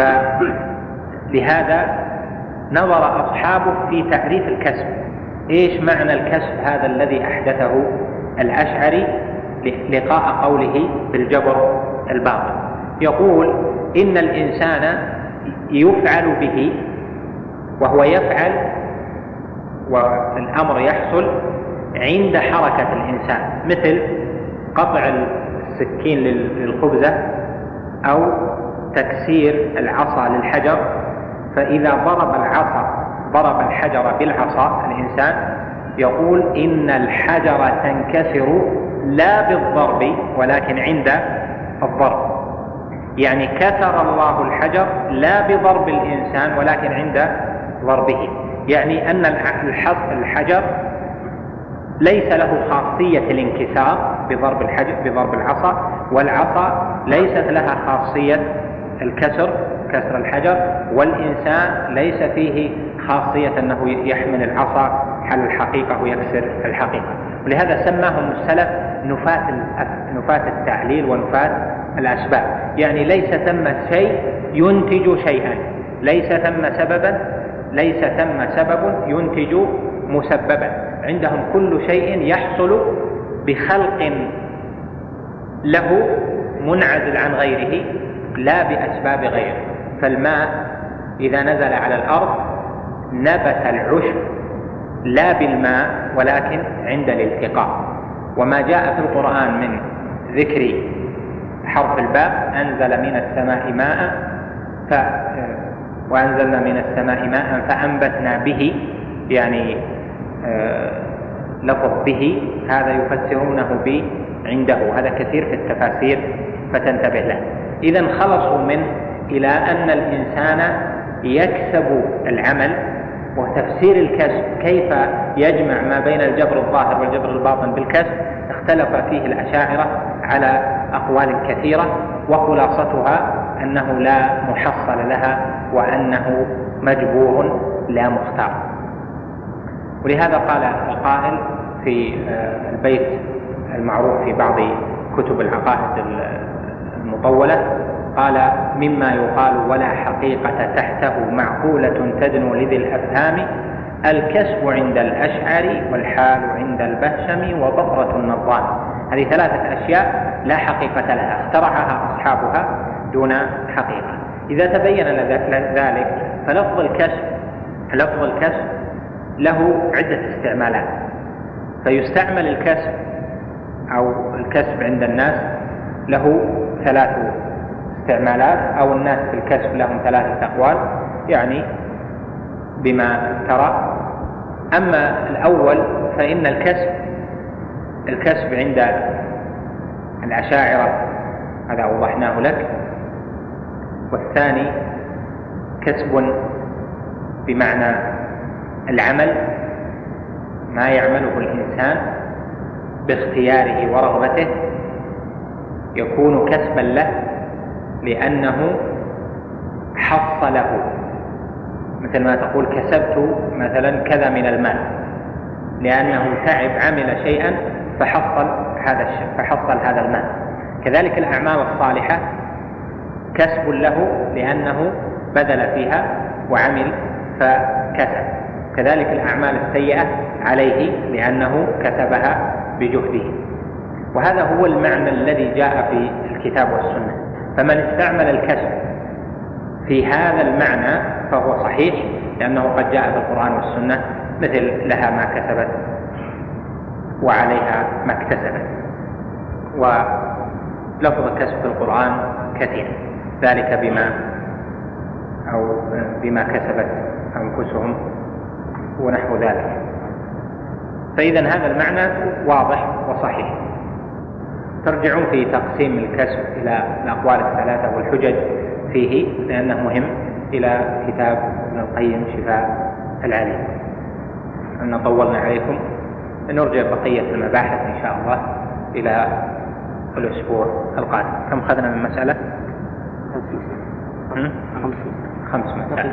فلهذا نظر أصحابه في تعريف الكسب. إيش معنى الكسب هذا الذي أحدثه الأشعري لقاء قوله بالجبر الباطن؟ يقول إن الإنسان يفعل به، وهو يفعل والأمر يحصل عند حركة الإنسان، مثل قطع السكين للخبزة أو تكسير العصا للحجر. فإذا ضرب العصا ضرب الحجر بالعصا الإنسان، يقول إن الحجر تنكسر لا بالضرب ولكن عند الضرب، يعني كسر الله الحجر لا بضرب الإنسان ولكن عند ضربه، يعني أن الحجر ليس له خاصية الانكسار بضرب الحجر بضرب العصا، والعصا ليست لها خاصية الكسر كسر الحجر، والإنسان ليس فيه خاصية أنه يحمل العصا حل الحقيقة ويكسر الحقيقة. ولهذا سماهم السلف نفاة نفاة التعليل ونفاة الأسباب، يعني ليس ثم شيء ينتج شيئا، ليس ثم سببا ليس ثم سبب ينتج مسببا، عندهم كل شيء يحصل بخلق له منعزل عن غيره لا بأسباب غيره. فالماء إذا نزل على الأرض نبت العشب لا بالماء ولكن عند الالتقاء. وما جاء في القرآن من ذكر حرف الباء أنزل من السماء ماء ف... وأنزلنا من السماء ماء فأنبتنا به، يعني آه لفظ به هذا يفسرونه به عنده، هذا كثير في التفاسير فتنتبه له. إذن خلصوا منه إلى أن الإنسان يكسب العمل، وتفسير الكسب كيف يجمع ما بين الجبر الظاهر والجبر الباطن بالكسب اختلف فيه الأشاعرة على أقوال كثيرة، وخلاصتها أنه لا محصل لها وأنه مجبور لا مختار. ولهذا قال القائل في البيت المعروف في بعض كتب العقائد المطولة، قال: مما يقال ولا حقيقة تحته معقولة تدنو لذي الأفهام، الكسب عند الأشعر والحال عند البهشم وبطرة النظام. هذه ثلاثة أشياء لا حقيقة لها، اخترعها أصحابها دون حقيقة. إذا تبين ذلك فلفظ الكسب لفظ الكسب له عدة استعمالات، فيستعمل الكسب أو الكسب عند الناس له ثلاث استعمالات، أو الناس في الكسب لهم ثلاثة أقوال، يعني بما ترى. أما الأول فإن الكسب الكسب عند الأشاعرة هذا وضحناه لك، والثاني كسب بمعنى العمل، ما يعمله الإنسان باختياره ورغبته يكون كسبا له لأنه حصله، مثل ما تقول كسبت مثلا كذا من المال، لأنه تعب عمل شيئا فحصل هذا الشيء فحصل هذا المال. كذلك الأعمال الصالحة كسب له لأنه بذل فيها وعمل فكسب، كذلك الأعمال السيئة عليه لأنه كسبها بجهده. وهذا هو المعنى الذي جاء في الكتاب والسنة. فمن استعمل الكسب في هذا المعنى فهو صحيح، لأنه قد جاء في القرآن والسنة مثل لها ما كسبت وعليها ما اكتسبت. ولفظ الكسب في القرآن كثير، ذلك بما أو بما كسبت أنفسهم ونحو ذلك. فإذا هذا المعنى واضح وصحيح. ترجعون في تقسيم الكسب إلى الأقوال الثلاثة والحجج فيه، لأنه مهم، إلى كتاب ابن القيم شفاء العليل. أن طولنا عليكم، نرجع بقية المباحث إن شاء الله إلى الأسبوع القادم. كم خذنا من مسألة؟ خمس مسائل.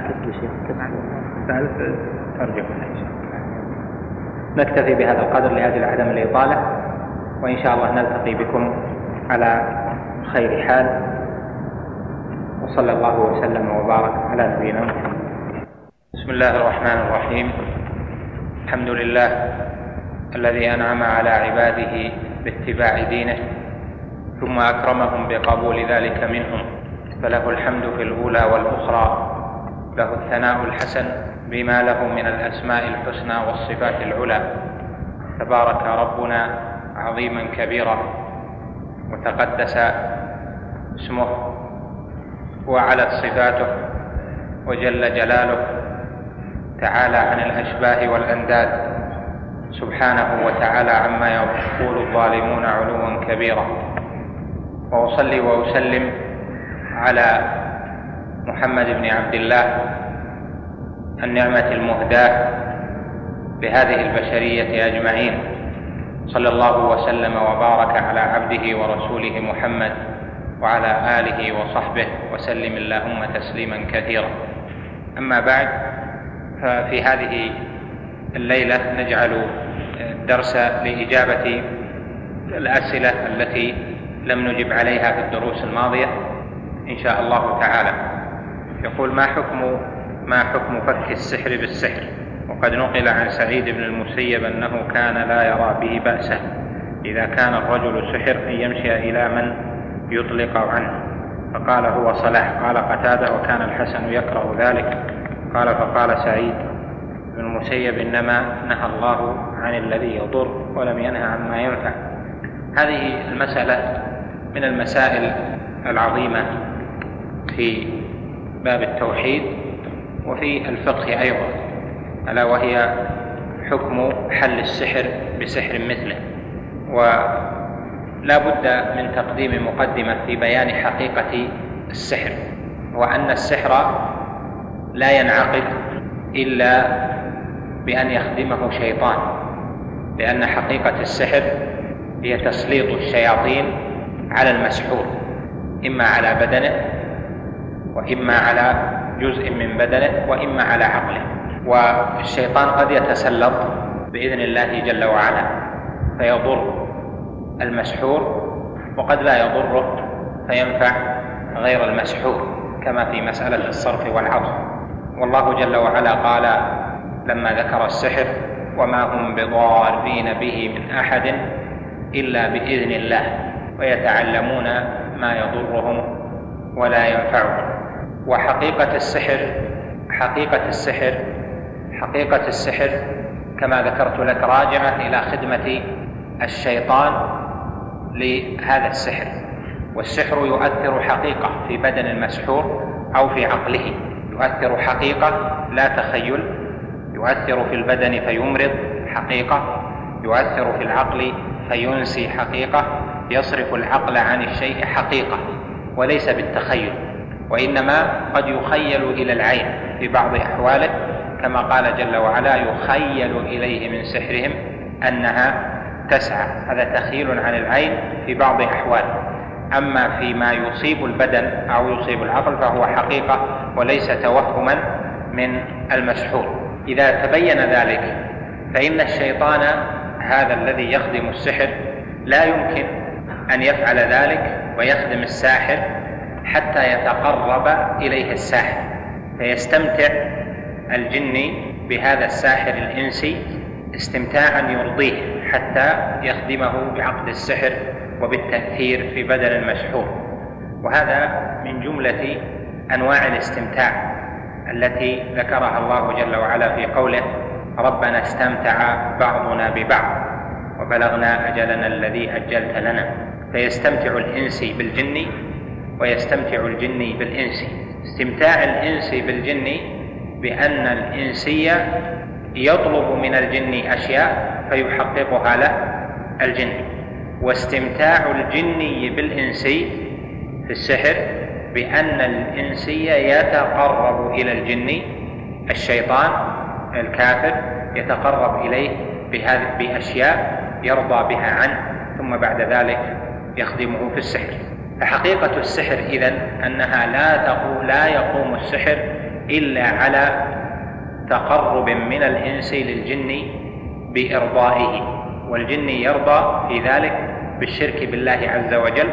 ترجع إن شاء الله. نكتفي بهذا القدر لأجل عدم الإطالة، وإن شاء الله نلتقي بكم على خير حال. وصلى الله وسلم وبارك على نبينا محمد. بسم الله الرحمن الرحيم. الحمد لله الذي أنعم على عباده باتباع دينه، ثم أكرمهم بقبول ذلك منهم، فله الحمد في الأولى والأخرى، له الثناء الحسن بما له من الأسماء الحسنى والصفات العلى. تبارك ربنا عظيما كبيرا، وتقدس اسمه، وعلت صفاته، وجل جلاله، تعالى عن الأشباه والأنداد، سبحانه وتعالى عما يقول الظالمون علوا كبيرا. وأصلي وأسلم على محمد بن عبد الله النعمة المهداة بهذه البشرية أجمعين، صلى الله وسلم وبارك على عبده ورسوله محمد وعلى آله وصحبه وسلم اللهم تسليما كثيرا. أما بعد، ففي هذه الليلة نجعل درس لإجابة الأسئلة التي لم نجب عليها في الدروس الماضية إن شاء الله تعالى. يقول: ما حكم ما حكم فك السحر بالسحر؟ وقد نقل عن سعيد بن المسيب أنه كان لا يرى به بأسا إذا كان الرجل سحر أن يمشي إلى من يطلق عنه، فقال هو صلاح. قال قتادة: وكان الحسن يكره ذلك. قال: فقال سعيد: ابن المسيب إنما نهى الله عن الذي يضر ولم ينهى عما ينفع. هذه المسألة من المسائل العظيمة في باب التوحيد وفي الفقه أيضا، ألا وهي حكم حل السحر بسحر مثله. ولا بد من تقديم مقدمة في بيان حقيقة السحر، وأن السحر لا ينعقد إلا بأن يخدمه شيطان، لأن حقيقة السحر هي تسليط الشياطين على المسحور، إما على بدنه وإما على جزء من بدنه وإما على عقله. والشيطان قد يتسلط بإذن الله جل وعلا فيضر المسحور، وقد لا يضره فينفع غير المسحور، كما في مسألة الصرف والعطف. والله جل وعلا قال لما ذكر السحر: وما هم بضارين به من أحد إلا بإذن الله ويتعلمون ما يضرهم ولا ينفعهم. وحقيقة السحر حقيقة السحر حقيقة السحر كما ذكرت لك راجعة إلى خدمة الشيطان لهذا السحر. والسحر يؤثر حقيقة في بدن المسحور أو في عقله، يؤثر حقيقة لا تخيل، يؤثر في البدن فيمرض حقيقة، يؤثر في العقل فينسي حقيقة، يصرف العقل عن الشيء حقيقة وليس بالتخيل، وإنما قد يخيل إلى العين في بعض أحواله، كما قال جل وعلا: يخيل إليه من سحرهم أنها تسعى. هذا تخيل عن العين في بعض أحواله. أما فيما يصيب البدن أو يصيب العقل فهو حقيقة وليس توهما من المسحور. إذا تبين ذلك فإن الشيطان هذا الذي يخدم السحر لا يمكن أن يفعل ذلك ويخدم الساحر حتى يتقرب إليه الساحر، فيستمتع الجني بهذا الساحر الإنسي استمتاعا يرضيه حتى يخدمه بعقد السحر وبالتأثير في بدن المسحور. وهذا من جملة أنواع الاستمتاع التي ذكرها الله جل وعلا في قوله: ربنا استمتع بعضنا ببعض وبلغنا أجلنا الذي أجلت لنا. فيستمتع الإنسي بالجني ويستمتع الجني بالإنسي. استمتاع الإنسي بالجني بأن الإنسي يطلب من الجن أشياء فيحققها له الجن، واستمتاع الجني بالإنسي في السحر بأن الإنسي يتقرب إلى الجن الشيطان الكافر، يتقرب إليه بأشياء يرضى بها عنه، ثم بعد ذلك يخدمه في السحر. فحقيقة السحر إذن أنها لا تقوم لا يقوم السحر إلا على تقرب من الإنس للجن بإرضائه، والجن يرضى في ذلك بالشرك بالله عز وجل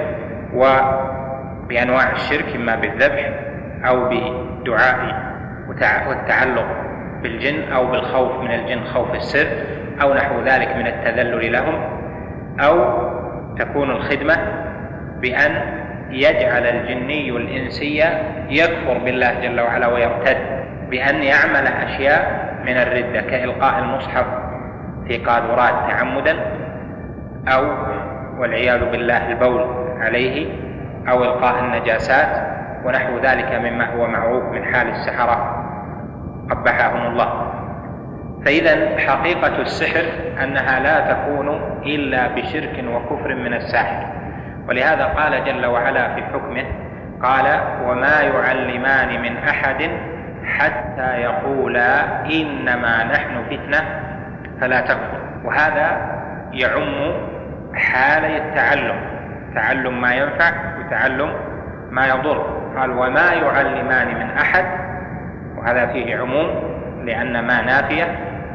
وبأنواع الشرك، إما بالذبح أو بدعاء والتعلق بالجن أو بالخوف من الجن خوف السر أو نحو ذلك من التذلل لهم، أو تكون الخدمة بأن يجعل الجني الإنسي يكفر بالله جل وعلا ويرتد، بأن يعمل أشياء من الردة كإلقاء المصحف في قاذورات تعمدا، أو والعياذ بالله البول عليه، أو إلقاء النجاسات ونحو ذلك مما هو معروف من حال السحرة قبحهم الله. فإذا حقيقة السحر أنها لا تكون إلا بشرك وكفر من الساحر، ولهذا قال جل وعلا في حكمه قال: وما يعلمان من أحد حتى يقولا إنما نحن فتنة فلا تكفر. وهذا يعم حالي التعلم، تعلم ما ينفع وتعلم ما يضر. قال: وما يعلمان من أحد، وهذا فيه عموم لأن ما نافية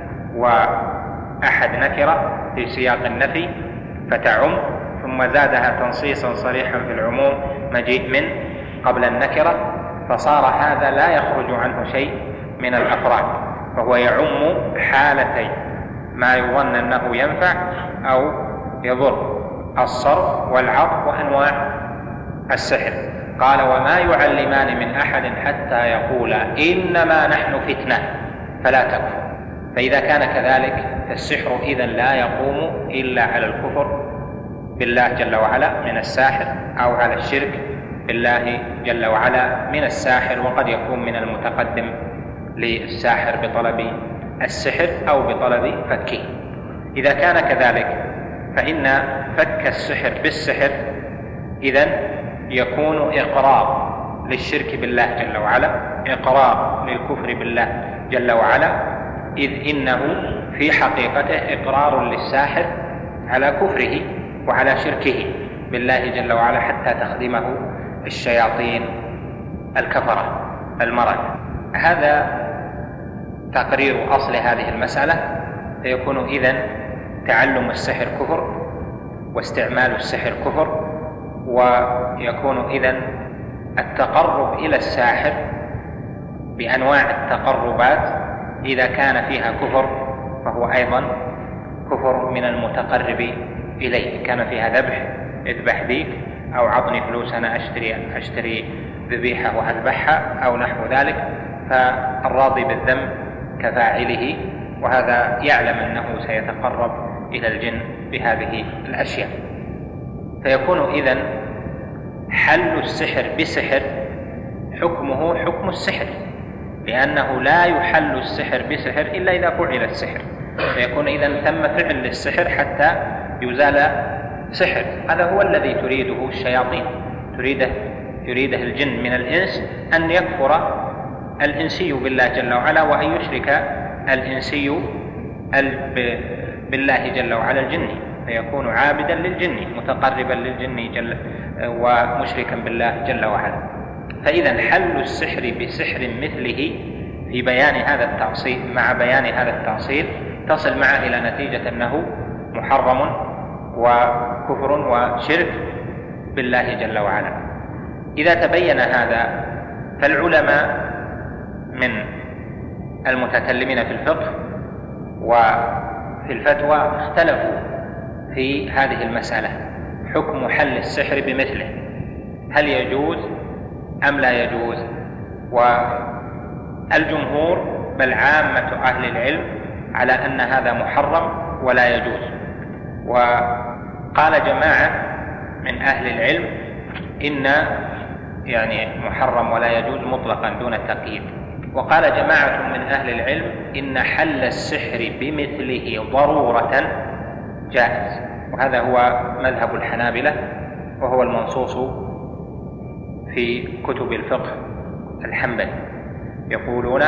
وأحد نكرة في سياق النفي فتعم، ثم زادها تنصيصا صريحا في العموم مجيء من قبل النكرة، فصار هذا لا يخرج عنه شيء من الأفراد، فهو يعم حالتين: ما يظن أنه ينفع أو يضر، الصرف والعطف وأنواع السحر. قال: وما يعلمان من أحد حتى يقولا إنما نحن فتنة فلا تكفر. فإذا كان كذلك فالسحر إذن لا يقوم إلا على الكفر بالله جل وعلا من الساحر، أو على الشرك بالله جل وعلا من الساحر، وقد يكون من المتقدم للساحر بطلب السحر أو بطلب فكه. إذا كان كذلك فإن فك السحر بالسحر إذن يكون إقرار للشرك بالله جل وعلا، إقرار للكفر بالله جل وعلا، إذ إنه في حقيقته إقرار للساحر على كفره وعلى شركه بالله جل وعلا حتى تخدمه الشياطين الكفرة المرض. هذا تقرير أصل هذه المسألة. فيكون إذن تعلم السحر كفر واستعمال السحر كفر، ويكون إذن التقرب إلى الساحر بأنواع التقربات إذا كان فيها كفر فهو أيضا كفر من المتقرب إليه. كان فيها ذبح، اذبح بيك، أو عطني فلوس أنا أشتري, أشتري ذبيحة وأذبحها أو نحو ذلك، فالراضي بالذنب كفاعله، وهذا يعلم أنه سيتقرب إلى الجن بهذه الأشياء. فيكون إذن حل السحر بسحر حكمه حكم السحر، لأنه لا يحل السحر بسحر إلا إذا فعل السحر. فيكون إذن ثم فعل للسحر حتى يزال سحر. هذا هو الذي تريده الشياطين، تريده, يريده الجن من الإنس أن يكفر الإنسي بالله جل وعلا، وأن يشرك الإنسي بالله جل وعلا الجني، فيكون عابدا للجن متقربا للجن جل ومشركا بالله جل وعلا. فإذا حل السحر بسحر مثله في بيان هذا التأصيل، مع بيان هذا التأصيل تصل معه إلى نتيجة أنه محرم وكفر وشرك بالله جل وعلا. إذا تبين هذا فالعلماء من المتكلمين في الفقه وفي الفتوى اختلفوا في هذه المسألة، حكم حل السحر بمثله، هل يجوز أم لا يجوز؟ والجمهور بل عامة أهل العلم على أن هذا محرم ولا يجوز. وقال جماعة من أهل العلم إن يعني محرم ولا يجوز مطلقا دون التقييد. وقال جماعة من أهل العلم إن حل السحر بمثله ضرورة جائز، وهذا هو مذهب الحنابلة، وهو المنصوص في كتب الفقه الحنبلي، يقولون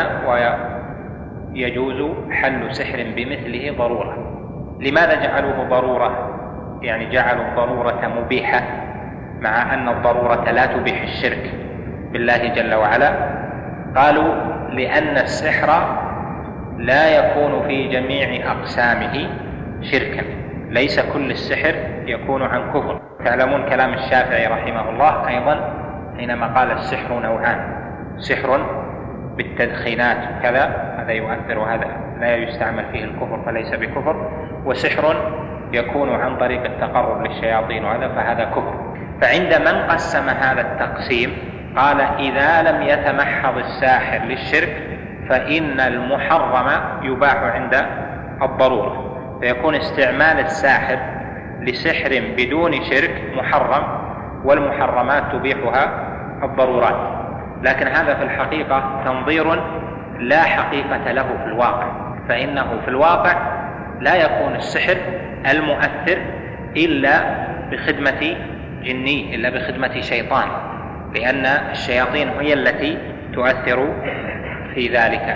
ويجوز حل سحر بمثله ضرورة. لماذا جعلوه ضرورة؟ يعني جعلوا الضرورة مبيحة، مع أن الضرورة لا تبيح الشرك بالله جل وعلا. قالوا لأن السحر لا يكون في جميع أقسامه شركا، ليس كل السحر يكون عن كفر. تعلمون كلام الشافعي رحمه الله أيضا حينما قال السحر نوعان، سحر بالتدخينات كذا هذا يؤثر وهذا لا يستعمل فيه الكفر فليس بكفر، وسحر يكون عن طريق التقرب للشياطين وهذا فهذا كفر. فعند من قسم هذا التقسيم قال إذا لم يتمحض الساحر للشرك فإن المحرم يباح عند الضرورة، فيكون استعمال الساحر لسحر بدون شرك محرم، والمحرمات تبيحها الضرورات. لكن هذا في الحقيقة تنظير لا حقيقة له في الواقع، فإنه في الواقع لا يكون السحر المؤثر إلا بخدمة جني، إلا بخدمة شيطان، لأن الشياطين هي التي تؤثر في ذلك.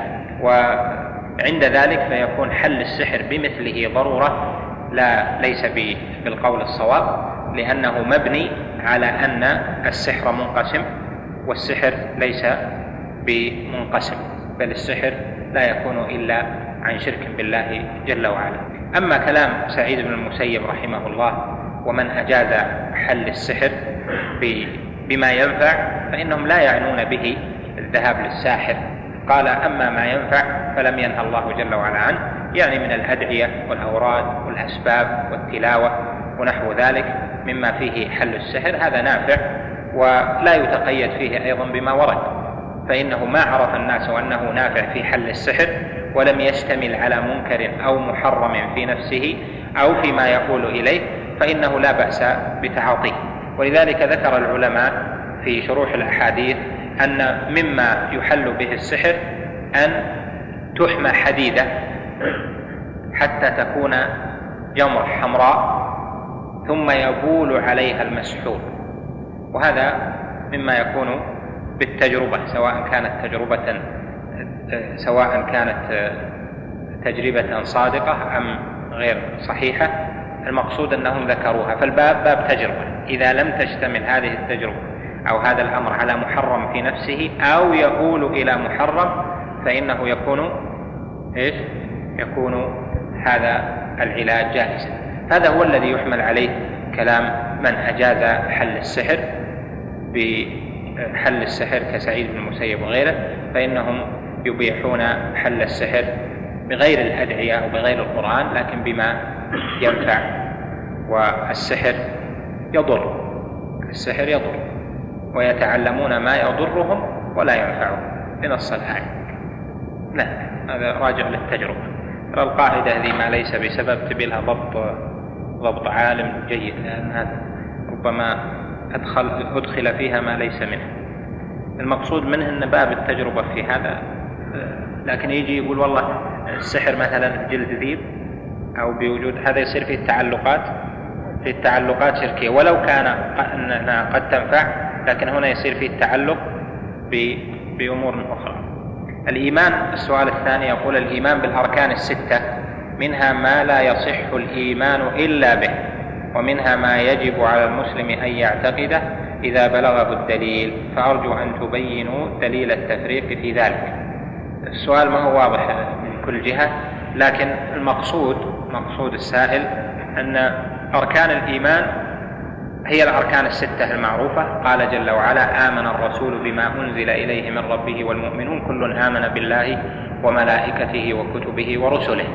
وعند ذلك فيكون حل السحر بمثله ضرورة، لا ليس بالقول الصواب، لأنه مبني على أن السحر منقسم والسحر ليس بمنقسم، بل السحر لا يكون إلا عن شرك بالله جل وعلا. أما كلام سعيد بن المسيب رحمه الله ومن أجاز حل السحر بما ينفع فإنهم لا يعنون به الذهاب للساحر. قال أما ما ينفع فلم ينهى الله جل وعلا عنه، يعني من الأدعية والأوراد والأسباب والتلاوة ونحو ذلك مما فيه حل السحر، هذا نافع ولا يتقيد فيه أيضا بما ورد، فإنه ما عرف الناس أنه نافع في حل السحر ولم يشتمل على منكر أو محرم في نفسه أو فيما يقول إليه، فإنه لا بأس بتعاطيه. ولذلك ذكر العلماء في شروح الأحاديث أن مما يحل به السحر أن تحمى حديدة حتى تكون جمر حمراء ثم يبول عليها المسحور، وهذا مما يكون بالتجربة، سواء كانت تجربة سواء كانت تجربة صادقة أم غير صحيحة. المقصود أنهم ذكروها، فالباب باب تجربة. إذا لم تشتمل هذه التجربة أو هذا الأمر على محرم في نفسه أو يقول إلى محرم فإنه يكون إيش؟ يكون هذا العلاج جائزا. هذا هو الذي يحمل عليه كلام من أجاز حل السحر بحل السحر كسعيد بن المسيب وغيره، فإنهم يبيحون حل السحر بغير الأدعية أو بغير القرآن، لكن بما ينفع. والسحر يضر، السحر يضر، ويتعلمون ما يضرهم ولا ينفعهم بنص الآية. لا، هذا راجع للتجربة. القاعدة هذه ما ليس بسبب تبي لها ضبط ضبط عالم جيد، لأن هذا ربما أدخل, أدخل فيها ما ليس منه. المقصود منه أن باب التجربة في هذا، لكن يجي يقول والله السحر مثلا جلد ذيب أو بوجود هذا يصير فيه التعلقات في التعلقات شركية، ولو كان أنها قد تنفع، لكن هنا يصير فيه التعلق بأمور أخرى. الإيمان، السؤال الثاني يقول الإيمان بالأركان الستة منها ما لا يصح الإيمان إلا به، ومنها ما يجب على المسلم أن يعتقده إذا بلغه الدليل، فأرجو أن تبينوا دليل التفريق في ذلك. السؤال ما هو واضح من كل جهة، لكن المقصود مقصود السائل أن أركان الإيمان هي الأركان الستة المعروفة. قال جل وعلا: آمن الرسول بما أنزل إليه من ربه والمؤمنون كل آمن بالله وملائكته وكتبه ورسله.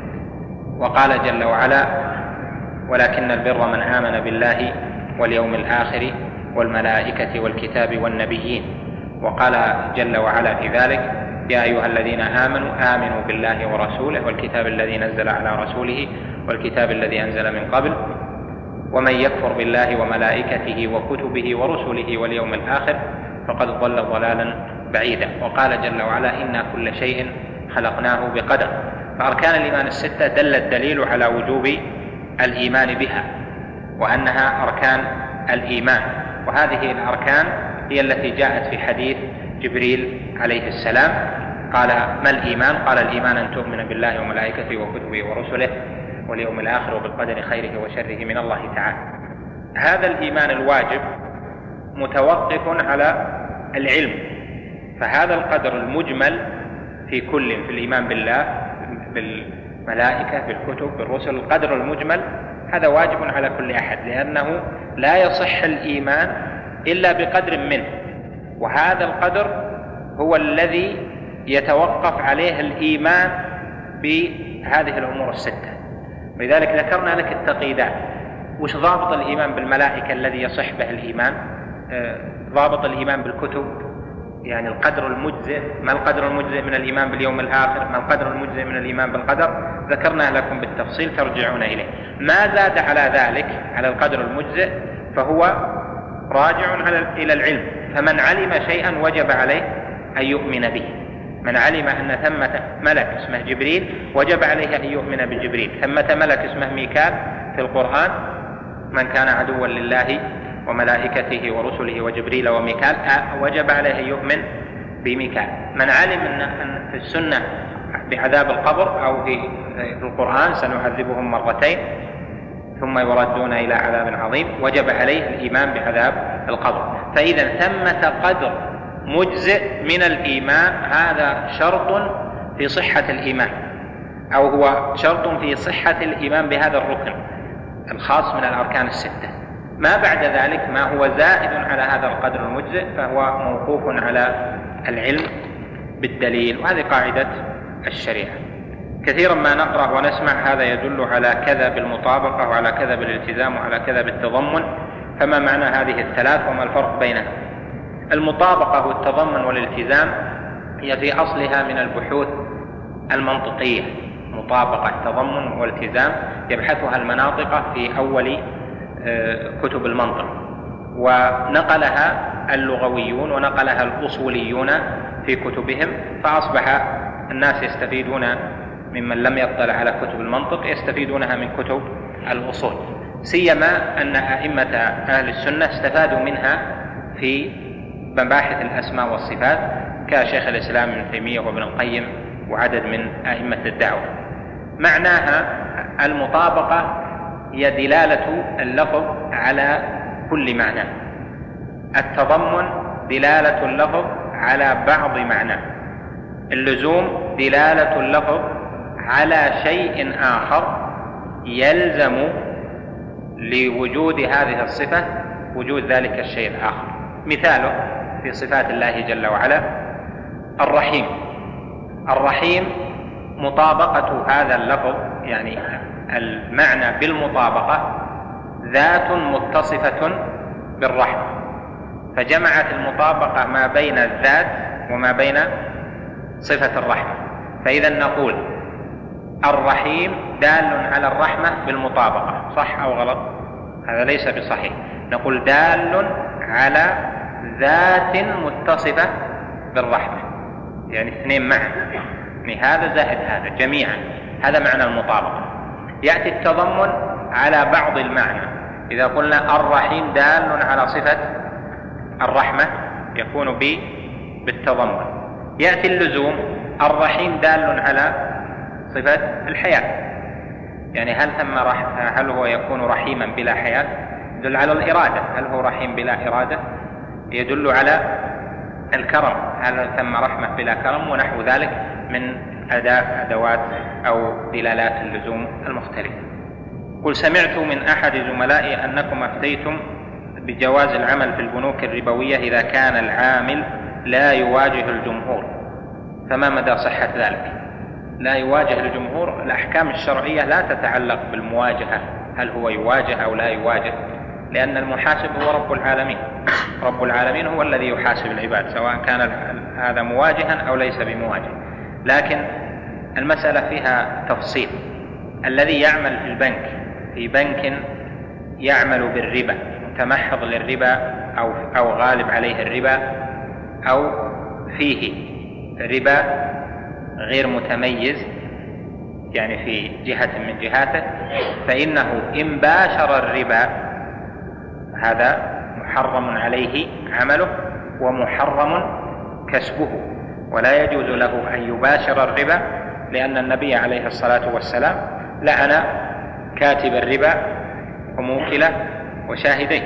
وقال جل وعلا: ولكن البر من آمن بالله واليوم الآخر والملائكة والكتاب والنبيين. وقال جل وعلا في ذلك: يا أيها الذين آمنوا آمنوا بالله ورسوله والكتاب الذي نزل على رسوله والكتاب الذي أنزل من قبل، ومن يكفر بالله وملائكته وكتبه ورسله واليوم الآخر فقد ضل ضلالا بعيدا. وقال جل وعلا: إنا كل شيء خلقناه بقدر. فأركان الإيمان الستة دل الدليل على وجوب الإيمان بها وأنها أركان الإيمان، وهذه الأركان هي التي جاءت في حديث جبريل عليه السلام. قال: ما الإيمان؟ قال: الإيمان أن تؤمن بالله وملائكته وكتبه ورسله واليوم الآخر وبالقدر خيره وشره من الله تعالى. هذا الإيمان الواجب متوقف على العلم، فهذا القدر المجمل في كل في الإيمان بالله بالملائكة بالكتب بالرسل، القدر المجمل هذا واجب على كل أحد، لأنه لا يصح الإيمان إلا بقدر منه، وهذا القدر هو الذي يتوقف عليه الإيمان بهذه الأمور الستة. ولذلك ذكرنا لك التقييدات. وش ضابط الإيمان بالملائكة الذي يصح به الإيمان؟ آه ضابط الإيمان بالكتب، يعني القدر المجزئ. ما القدر المجزئ من الإيمان باليوم الآخر؟ ما القدر المجزئ من الإيمان بالقدر؟ ذكرنا لكم بالتفصيل ترجعون إليه. ما زاد على ذلك على القدر المجزئ فهو راجع على إلى العلم. فمن علم شيئا وجب عليه أن يؤمن به. من علم أن ثمة ملك اسمه جبريل وجب عليه أن يؤمن بجبريل. ثمة ملك اسمه ميكال في القرآن: من كان عدوا لله وملائكته ورسله وجبريل وميكال وجب عليه أن يؤمن بميكال. من علم أن في السنة بعذاب القبر أو في القرآن سنعذبهم مرتين ثم يردون إلى عذاب عظيم، وجب عليه الإيمان بعذاب القبر. فإذا ثمة قدر مجزئ من الإيمان، هذا شرط في صحة الإيمان، أو هو شرط في صحة الإيمان بهذا الركن الخاص من الأركان الستة. ما بعد ذلك ما هو زائد على هذا القدر المجزئ فهو موقوف على العلم بالدليل، وهذه قاعدة الشريعة. كثيرا ما نقرأ ونسمع هذا يدل على كذا بالمطابقة وعلى كذا بالالتزام وعلى كذا بالتضمن، فما معنى هذه الثلاث وما الفرق بينها؟ المطابقة والتضمن والالتزام هي في أصلها من البحوث المنطقية، مطابقة تضمن والتزام يبحثها المناطق في أول كتب المنطق، ونقلها اللغويون ونقلها الأصوليون في كتبهم، فأصبح الناس يستفيدون ممن لم يطلع على كتب المنطق يستفيدونها من كتب الأصول، سيما أن أئمة أهل السنة استفادوا منها في مباحث الأسماء والصفات كشيخ الإسلام ابن تيمية وابن القيم وعدد من أئمة الدعوة. معناها المطابقة هي دلالة اللفظ على كل معنى، التضمن دلالة اللفظ على بعض معناه، اللزوم دلالة اللفظ على شيء آخر يلزم لوجود هذه الصفة وجود ذلك الشيء الآخر. مثاله في صفات الله جل وعلا الرحيم، الرحيم مطابقة هذا اللفظ يعني المعنى بالمطابقة ذات متصفة بالرحمة، فجمعت المطابقة ما بين الذات وما بين صفة الرحمة، فإذا نقول الرحيم دال على الرحمة بالمطابقة، صح أو غلط؟ هذا ليس بصحيح. نقول دال على ذات متصفة بالرحمة، يعني اثنين معا، يعني هذا زائد هذا جميعا، هذا معنى المطابقة. يأتي التضمن على بعض المعنى، إذا قلنا الرحيم دال على صفة الرحمة يكون بالتضمن. يأتي اللزوم الرحيم دال على صفة الحياة، يعني هل ثم رح... هل هو يكون رحيما بلا حياة؟ يدل على الإرادة، هل هو رحيم بلا إرادة؟ يدل على الكرم، هل ثم رحمة بلا كرم؟ ونحو ذلك من أداة أدوات أو دلالات اللزوم المختلفة. قل سمعت من أحد زملائي أنكم أفتيتم بجواز العمل في البنوك الربوية إذا كان العامل لا يواجه الجمهور، فما مدى صحة ذلك؟ لا يواجه الجمهور، الأحكام الشرعية لا تتعلق بالمواجهة، هل هو يواجه أو لا يواجه، لأن المحاسب هو رب العالمين، رب العالمين هو الذي يحاسب العباد سواء كان هذا مواجها أو ليس بمواجه. لكن المسألة فيها تفصيل. الذي يعمل في البنك في بنك يعمل بالربا، متمحض للربا أو, أو غالب عليه الربا أو فيه ربا غير متميز يعني في جهة من جهاته، فإنه إن باشر الربا هذا محرم عليه عمله ومحرم كسبه، ولا يجوز له أن يباشر الربا، لأن النبي عليه الصلاة والسلام لعن كاتب الربا وموكله وشاهديه،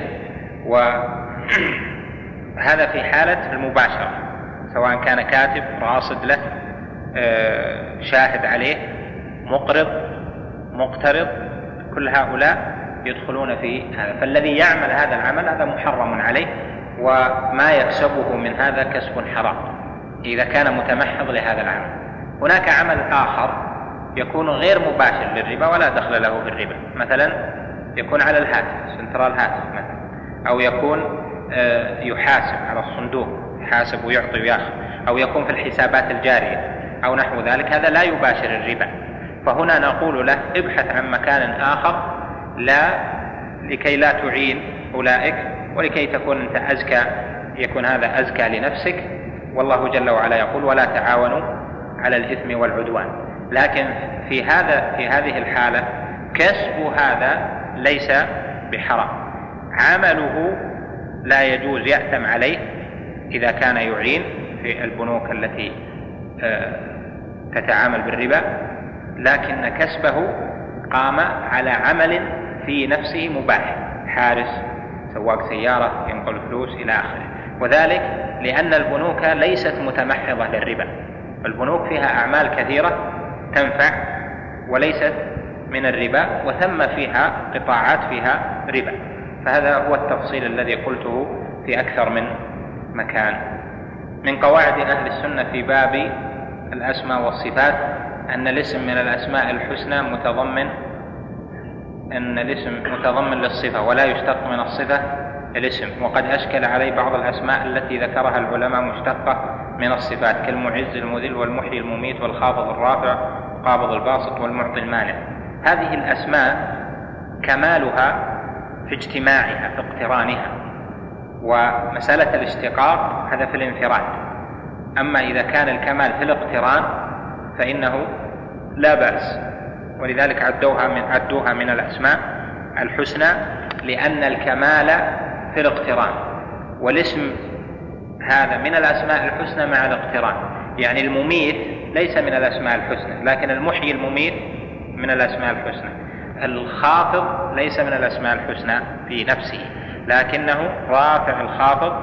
وهذا في حالة المباشرة، سواء كان كاتب راصد له شاهد عليه مقرض مقترض، كل هؤلاء يدخلون في هذا. فالذي يعمل هذا العمل هذا محرم عليه، وما يكسبه من هذا كسب حرام إذا كان متمحض لهذا العمل. هناك عمل آخر يكون غير مباشر للربا ولا دخل له بالربا، مثلا يكون على الهاتف سنترال هاتف مثلا، أو يكون يحاسب على الصندوق يحاسب ويعطي ويأخذ، أو يكون في الحسابات الجارية أو نحو ذلك، هذا لا يباشر الربا. فهنا نقول له ابحث عن مكان آخر، لا لكي لا تعين أولئك ولكي تكون أنت أزكى، يكون هذا أزكى لنفسك، والله جل وعلا يقول ولا تعاونوا على الإثم والعدوان. لكن في هذا في هذه الحالة كسب هذا ليس بحرام، عمله لا يجوز، يأثم عليه إذا كان يعين في البنوك التي تتعامل بالربا، لكن كسبه قام على عمل في نفسه مباح، حارس، سواق سيارة، ينقل فلوس إلى آخره. وذلك لأن البنوك ليست متمحضة للربا، البنوك فيها أعمال كثيرة تنفع وليست من الربا، وثم فيها قطاعات فيها ربا. فهذا هو التفصيل الذي قلته في أكثر من مكان. من قواعد أهل السنة في باب الأسماء والصفات أن الاسم من الأسماء الحسنى متضمن أن الاسم متضمن للصفة ولا يشتق من الصفة الاسم. وقد أشكل عليه بعض الأسماء التي ذكرها العلماء مشتقة من الصفات كالمعز المذل والمحيي المميت والخافض الرافع قابض الباسط والمعطي المانع. هذه الأسماء كمالها في اجتماعها في اقترانها، ومسألة الاشتقاق هذا في الانفراد. أما إذا كان الكمال في الاقتران فإنه لا بأس، ولذلك عدوها من, عدوها من الأسماء الحسنى لأن الكمال في الاقتران، والاسم هذا من الأسماء الحسنى مع الاقتران. يعني المميت ليس من الأسماء الحسنى، لكن المحيي المميت من الأسماء الحسنى. الخافض ليس من الأسماء الحسنى في نفسه، لكنه رافع الخافض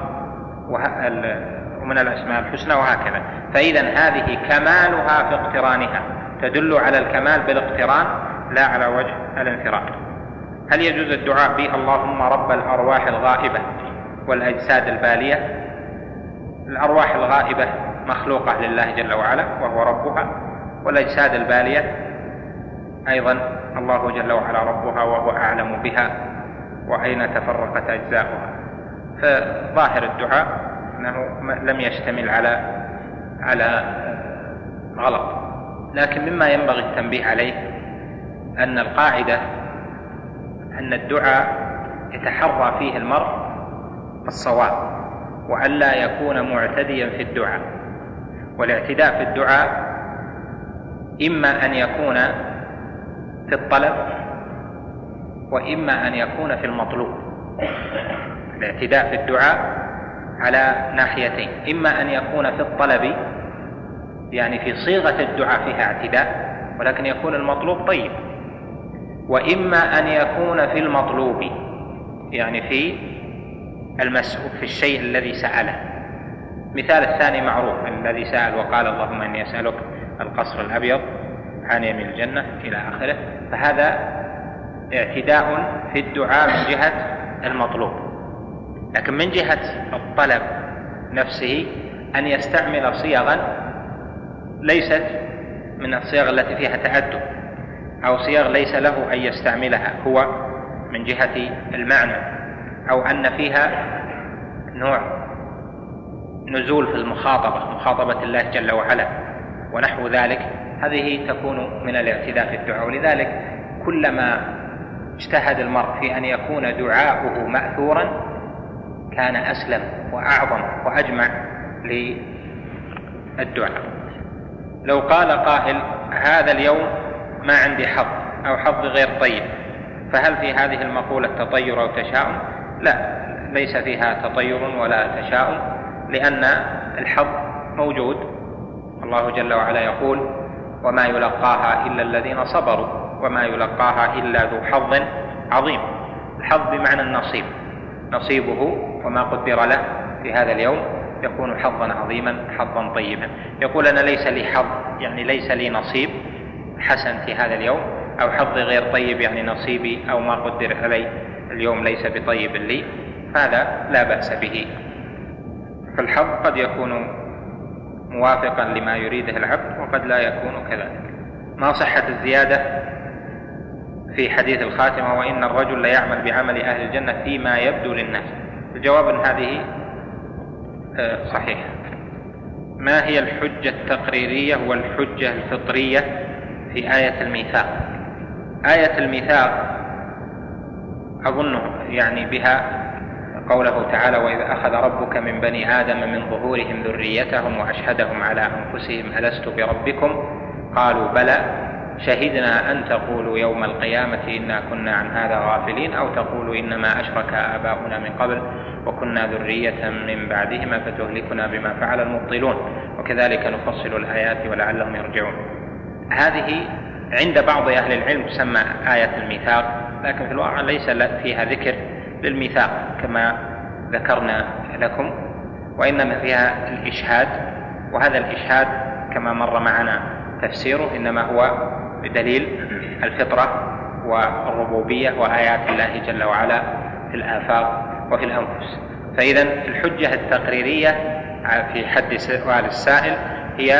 ومن الأسماء الحسنى، وهكذا. فإذا هذه كمالها في اقترانها، تدل على الكمال بالاقتران لا على وجه الانفراد. هل يجوز الدعاء به اللهم رب الأرواح الغائبة والأجساد البالية؟ الأرواح الغائبة مخلوقة لله جل وعلا وهو ربها، والأجساد البالية أيضا الله جل وعلا ربها وهو أعلم بها وأين تفرقت أجزاؤها. فظاهر الدعاء أنه لم يشتمل على على غلط. لكن مما ينبغي التنبيه عليه أن القاعدة أن الدعاء يتحرى فيه المرء الصواب، وألا يكون معتديا في الدعاء. والاعتداء في الدعاء إما أن يكون في الطلب وإما أن يكون في المطلوب. الاعتداء في الدعاء على ناحيتين: إما أن يكون في الطلب يعني في صيغة الدعاء فيها اعتداء ولكن يكون المطلوب طيب، وإما أن يكون في المطلوب يعني في المسؤول في الشيء الذي سأله. مثال الثاني معروف، الذي سأل وقال اللهم إني أسألك القصر الأبيض عن يمين الجنة إلى آخره، فهذا اعتداء في الدعاء من جهة المطلوب. لكن من جهة الطلب نفسه أن يستعمل صيغا ليست من الصيغ التي فيها تعدد، أو صيغ ليس له أن يستعملها هو من جهة المعنى، أو أن فيها نوع نزول في المخاطبة، مخاطبة الله جل وعلا ونحو ذلك. هذه تكون من الاعتداء في الدعاء. ولذلك كلما اجتهد المرء في أن يكون دعاؤه مأثورا كان أسلم وأعظم وأجمع للدعاء. لو قال قائل هذا اليوم ما عندي حظ أو حظ غير طيب، فهل في هذه المقولة تطير أو تشاؤم؟ لا، ليس فيها تطير ولا تشاؤم، لأن الحظ موجود. الله جل وعلا يقول وما يلقاها إلا الذين صبروا وما يلقاها إلا ذو حظ عظيم. الحظ بمعنى النصيب، نصيبه وما قدر له في هذا اليوم يكون حظا عظيما حظا طيبا. يقول أنا ليس لي حظ يعني ليس لي نصيب حسن في هذا اليوم، أو حظ غير طيب يعني نصيبي أو ما قدر علي اليوم ليس بطيب لي، هذا لا بأس به. فالحظ قد يكون موافقا لما يريده العبد وقد لا يكون كذلك. ما صحة الزيادة في حديث الخاتمة وإن الرجل لا يعمل بعمل أهل الجنة فيما يبدو للناس؟ الجواب أن هذه صحيحة. ما هي الحجة التقريرية والحجة الفطرية في آية الميثاق؟ آية الميثاق أظن يعني بها قوله تعالى وإذ أخذ ربك من بني آدم من ظهورهم ذريتهم وأشهدهم على أنفسهم ألست بربكم قالوا بلى شهدنا أن تقولوا يوم القيامة إنا كنا عن هذا غافلين أو تقولوا إنما أشرك آباؤنا من قبل وكنا ذرية من بعدهما فتهلكنا بما فعل المبطلون وكذلك نفصل الآيات ولعلهم يرجعون. هذه عند بعض أهل العلم تسمى آية الميثاق، لكن في الواقع ليس فيها ذكر للميثاق كما ذكرنا لكم، وإنما فيها الإشهاد، وهذا الإشهاد كما مر معنا تفسيره إنما هو بدليل الفطرة والربوبية وآيات الله جل وعلا في الآفاق وفي الأنفس. فإذا الحجة التقريرية في حد سؤال السائل هي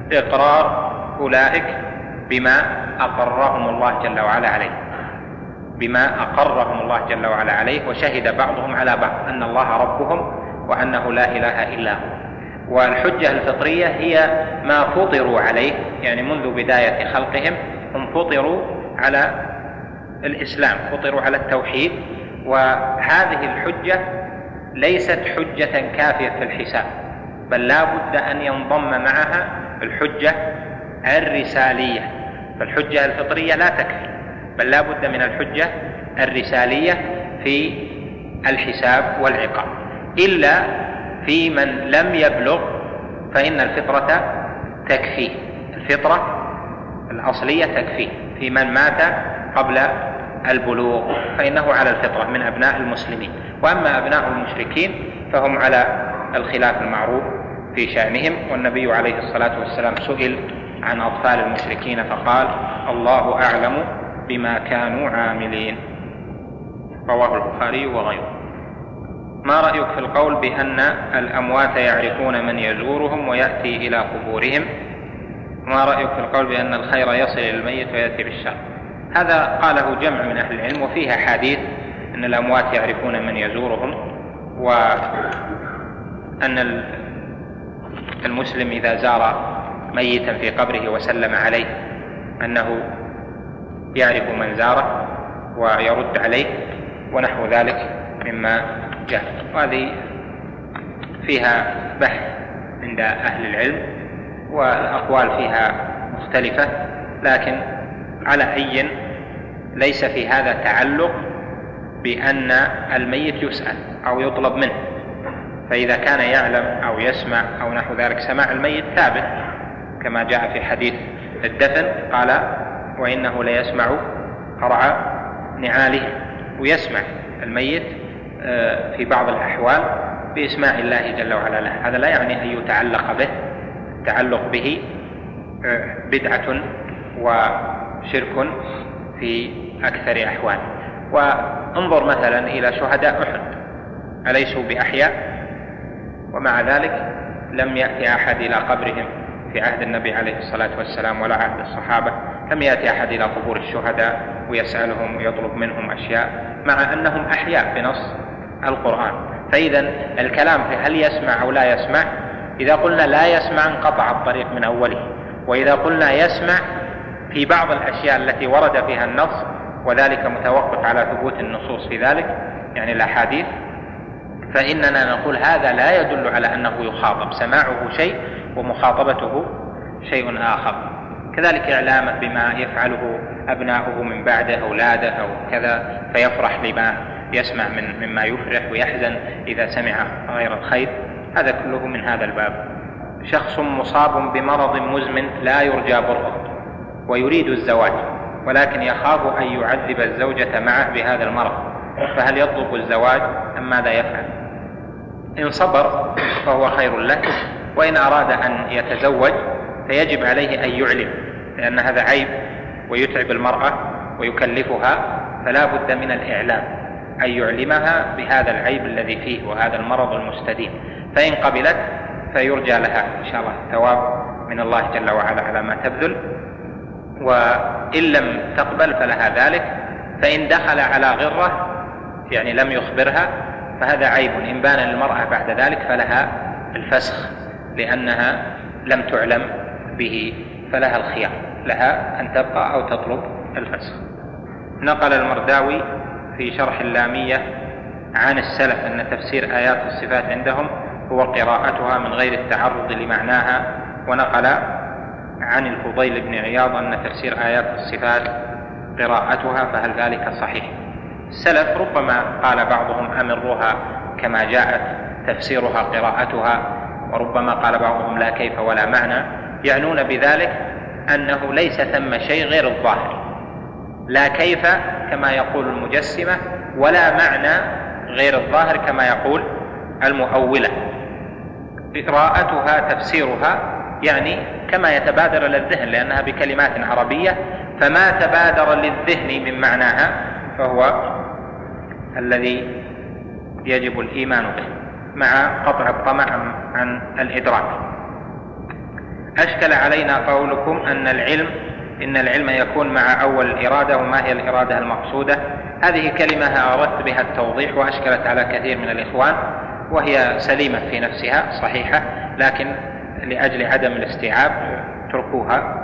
إقرار أولئك بما أقرهم الله جل وعلا عليه. بما أقرهم الله جل وعلا عليه، وشهد بعضهم على بعض أن الله ربهم وأنه لا إله إلا هو. والحجة الفطرية هي ما فطروا عليه، يعني منذ بداية خلقهم هم فطروا على الإسلام، فطروا على التوحيد. وهذه الحجة ليست حجة كافية في الحساب، بل لا بد أن ينضم معها الحجة الرسالية. فالحجة الفطرية لا تكفي، بل لا بد من الحجة الرسالية في الحساب والعقاب، إلا في من لم يبلغ فإن الفطرة تكفيه، الفطرة الأصلية تكفيه. في من مات قبل البلوغ فإنه على الفطرة من أبناء المسلمين. وأما أبناء المشركين فهم على الخلاف المعروف في شأنهم. والنبي عليه الصلاة والسلام سئل عن أطفال المشركين فقال: الله أعلم بما كانوا عاملين. رواه البخاري وغيره. ما رأيك في القول بأن الأموات يعرفون من يزورهم ويأتي إلى قبورهم؟ ما رأيك في القول بأن الخير يصل إلى الميت ويأتي بالشر؟ هذا قاله جمع من أهل العلم، وفيها حديث أن الأموات يعرفون من يزورهم، وأن المسلم إذا زار ميتا في قبره وسلم عليه أنه يعرف من زاره ويرد عليه ونحو ذلك مما جاء. وهذه فيها بحث عند أهل العلم والأقوال فيها مختلفة، لكن على أي ليس في هذا تعلق بأن الميت يسأل أو يطلب منه. فإذا كان يعلم أو يسمع أو نحو ذلك، سماع الميت ثابت كما جاء في حديث الدفن، قال: وإنه ليسمع قرع نعاله. ويسمع الميت في بعض الأحوال بإسماع الله جل وعلا له. هذا لا يعني أن يتعلق به. التعلق به بدعة وشرك في أكثر أحوال. وانظر مثلا إلى شهداء أحد، أليسوا بأحياء؟ ومع ذلك لم يأتي أحد إلى قبرهم في عهد النبي عليه الصلاة والسلام ولا عهد الصحابة. لم يأتي أحد إلى قبور الشهداء ويسألهم ويطلب منهم أشياء، مع أنهم أحياء بنص القرآن. فإذا الكلام في هل يسمع أو لا يسمع، إذا قلنا لا يسمع انقطع الطريق من أوله، وإذا قلنا يسمع في بعض الأشياء التي ورد فيها النص، وذلك متوقف على ثبوت النصوص في ذلك يعني الأحاديث، فإننا نقول هذا لا يدل على أنه يخاطب، سماعه شيء ومخاطبته شيء آخر. كذلك إعلامه بما يفعله أبناؤه من بعده، أولاده أو كذا، فيفرح لما يسمع من مما يفرح ويحزن إذا سمع غير الخير، هذا كله من هذا الباب. شخص مصاب بمرض مزمن لا يرجى برؤه ويريد الزواج، ولكن يخاف أن يعذب الزوجة معه بهذا المرض، فهل يطلب الزواج أم ماذا يفعل؟ إن صبر فهو خير له، وإن أراد أن يتزوج فيجب عليه أن يعلم، لأن هذا عيب ويتعب المرأة ويكلفها، فلا بد من الإعلام، أن يعلمها بهذا العيب الذي فيه وهذا المرض المستديم. فإن قبلت فيرجى لها إن شاء الله ثواب من الله جل وعلا على ما تبذل، وإن لم تقبل فلها ذلك. فإن دخل على غرة يعني لم يخبرها فهذا عيب، إن بان للمرأة بعد ذلك فلها الفسخ، لأنها لم تعلم به، فلها الخيار، لها أن تبقى أو تطلب الفسخ. نقل المرداوي في شرح اللامية عن السلف أن تفسير آيات الصفات عندهم هو قراءتها من غير التعرض لمعناها، ونقل عن الفضيل بن عياض أن تفسير آيات الصفات قراءتها، فهل ذلك صحيح؟ السلف ربما قال بعضهم أمروها كما جاءت تفسيرها قراءتها، وربما قال بعضهم لا كيف ولا معنى، يعنون بذلك أنه ليس ثم شيء غير الظاهر، لا كيف كما يقول المجسمة، ولا معنى غير الظاهر كما يقول المؤولة. قراءتها تفسيرها يعني كما يتبادر للذهن، لأنها بكلمات عربية، فما تبادر للذهن من معناها فهو الذي يجب الإيمان به مع قطع الطمع عن الإدراك. أشكل علينا قولكم أن العلم إن العلم يكون مع أول الإرادة، وما هي الإرادة المقصودة. هذه كلمة أردت بها التوضيح وأشكلت على كثير من الإخوان، وهي سليمة في نفسها صحيحة، لكن لأجل عدم الاستيعاب تركوها،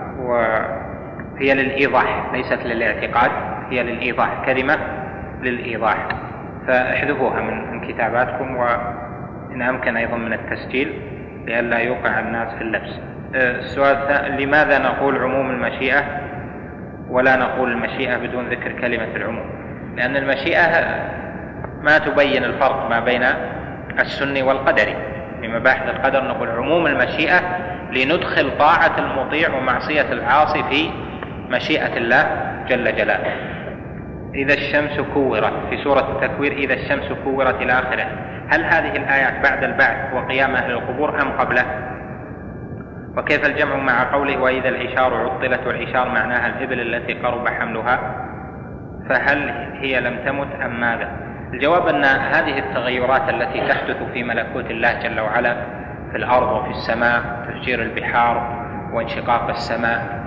وهي للإيضاح ليست للاعتقاد، هي للإيضاح، كلمة للإيضاح، فاحذفوها من كتاباتكم، وإن أمكن أيضا من التسجيل لئلا يوقع الناس في اللبس. السؤال الثاني: لماذا نقول عموم المشيئة ولا نقول المشيئة بدون ذكر كلمة العموم؟ لأن المشيئة ما تبين الفرق ما بين السني والقدري. في مباحث القدر نقول عموم المشيئة لندخل طاعة المطيع ومعصية العاصي في مشيئة الله جل جلاله. إذا الشمس كورت في سورة التكوير، إذا الشمس كورت إلى آخره، هل هذه الآيات بعد البعث وقيام أهل القبور أم قبله؟ وكيف الجمع مع قوله وإذا العشار عطلت، والعشار معناها الإبل التي قرب حملها، فهل هي لم تمت أم ماذا؟ الجواب أن هذه التغيرات التي تحدث في ملكوت الله جل وعلا في الأرض وفي السماء، تفجير البحار وانشقاق السماء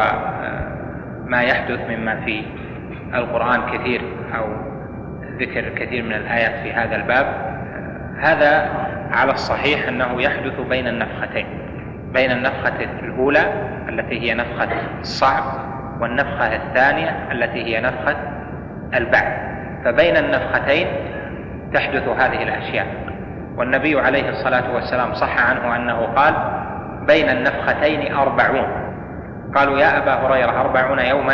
وما يحدث مما في القرآن كثير أو ذكر كثير من الآيات في هذا الباب، هذا على الصحيح أنه يحدث بين النفختين، بين النفخة الأولى التي هي نفخة الصعق والنفخة الثانية التي هي نفخة البعث، فبين النفختين تحدث هذه الأشياء. والنبي عليه الصلاة والسلام صح عنه أنه قال بين النفختين أربعون. قالوا يا أبا هريرة أربعون يوما؟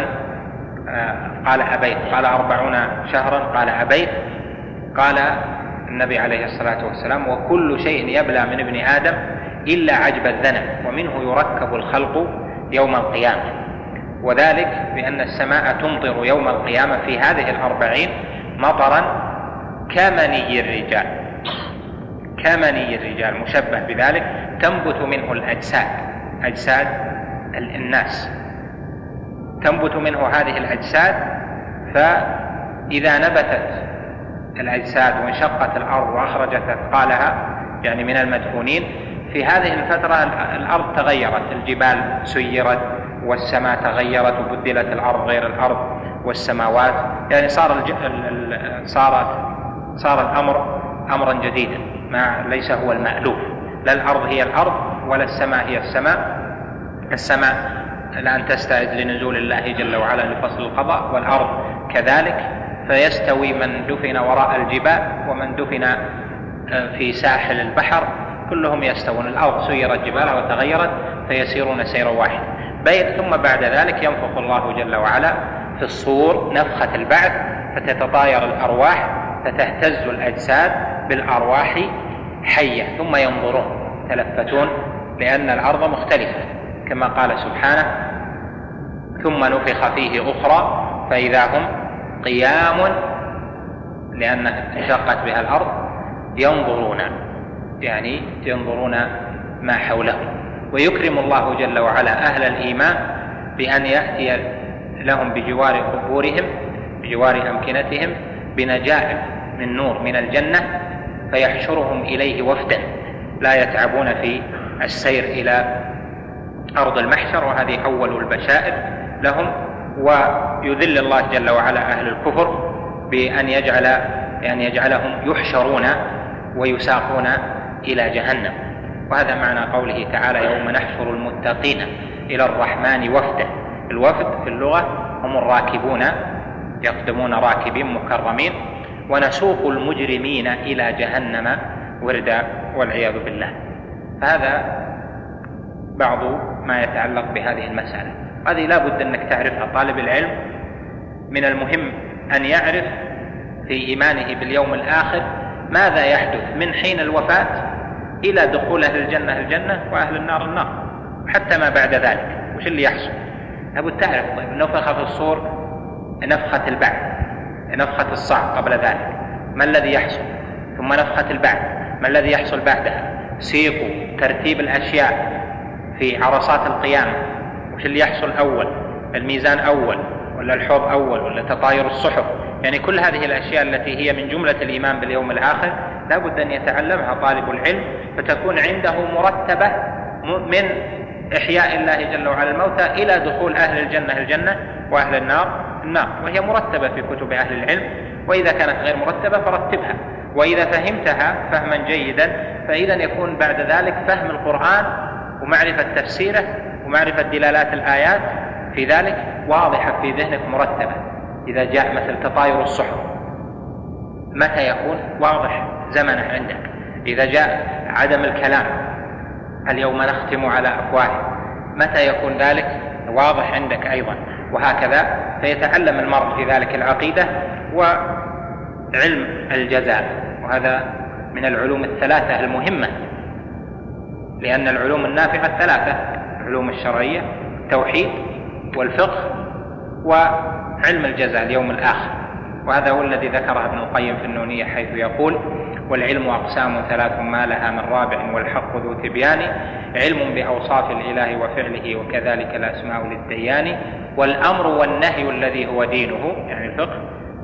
قال أبيت. قال أربعون شهرا؟ قال أبيت. قال النبي عليه الصلاة والسلام وكل شيء يبلى من ابن آدم إلا عجب الذنب ومنه يركب الخلق يوم القيامة، وذلك بأن السماء تمطر يوم القيامة في هذه الأربعين مطرا كمني الرجال، كمني الرجال مشبه بذلك، تنبت منه الأجساد، أجساد الناس تنبت منه هذه الأجساد. فإذا نبتت الأجساد وانشقت الأرض وأخرجت أثقالها يعني من المدفونين، في هذه الفترة الأرض تغيرت، الجبال سيرت والسماء تغيرت وبدلت الأرض غير الأرض والسماوات، يعني صار الج... صارت صار الأمر أمرا جديدا، ما ليس هو المألوف، لا الأرض هي الأرض ولا السماء هي السماء. السماء الآن تستعد لنزول الله جل وعلا لفصل القضاء، والأرض كذلك، فيستوي من دفن وراء الجبال ومن دفن في ساحل البحر، كلهم يستوون. الأرض سيرت جبالها وتغيرت فيسيرون سيرا واحد. ثم بعد ذلك ينفخ الله جل وعلا في الصور نفخة البعث، فتتطاير الأرواح، فتهتز الأجساد بالأرواح حية، ثم ينظرون تلفتون لأن الأرض مختلفة، كما قال سبحانه ثم نفخ فيه أخرى فإذا هم قيام، لأن انشقت بها الأرض، ينظرون يعني ينظرون ما حولهم. ويكرم الله جل وعلا أهل الإيمان بأن يأتي لهم بجوار قبورهم، بجوار أمكنتهم، بنجائب من نور من الجنة، فيحشرهم إليه وفدا لا يتعبون في السير إلى أرض المحشر، وهذه أول البشائر لهم. ويذل الله جل وعلا أهل الكفر بأن يجعل يعني يجعلهم يحشرون ويساقون إلى جهنم. وهذا معنى قوله تعالى يوم نحشر المتقين إلى الرحمن وفدا. الوفد في اللغة هم الراكبون، يقدمون راكبين مكرمين، ونسوق المجرمين إلى جهنم وردا والعياذ بالله. فهذا بعض ما يتعلق بهذه المسألة، هذه لا بد أنك تعرفها. طالب العلم من المهم أن يعرف في إيمانه باليوم الآخر ماذا يحدث من حين الوفاة إلى دخول أهل الجنة الجنة وأهل النار النار، حتى ما بعد ذلك وش اللي يحصل. لابد تعرف. طيب نفخ في الصور نفخة البعث، نفخة الصعق قبل ذلك، ما الذي يحصل؟ ثم نفخة البعث، ما الذي يحصل بعدها؟ سيقوا ترتيب الأشياء في عرصات القيامة، وش اللي يحصل أول؟ الميزان أول ولا الحوض أول ولا تطاير الصحف؟ يعني كل هذه الأشياء التي هي من جملة الإيمان باليوم الآخر لا بد أن يتعلمها طالب العلم، فتكون عنده مرتبة من إحياء الله جل وعلا الموتى إلى دخول أهل الجنة الجنة وأهل النار النار، وهي مرتبة في كتب أهل العلم، وإذا كانت غير مرتبة فرتبها، وإذا فهمتها فهما جيدا فإذا يكون بعد ذلك فهم القرآن ومعرفة تفسيره ومعرفة دلالات الآيات في ذلك واضحة في ذهنك مرتبة. إذا جاء مثل تطاير الصحف متى يكون واضح زمنه عندك؟ إذا جاء عدم الكلام اليوم نختم على أفواههم متى يكون ذلك واضح عندك أيضا، وهكذا. فيتعلم المرء في ذلك العقيدة وعلم الجزاء، وهذا من العلوم الثلاثة المهمة، لأن العلوم النافعة الثلاثة: العلوم الشرعية، التوحيد، والفقه، وعلم الجزاء اليوم الآخر. وهذا هو الذي ذكره ابن القيم في النونية حيث يقول: والعلم أقسام ثلاث ما لها من رابع والحق ذو تبيان، علم بأوصاف الإله وفعله وكذلك الأسماء للديان، والأمر والنهي الذي هو دينه يعني الفقه،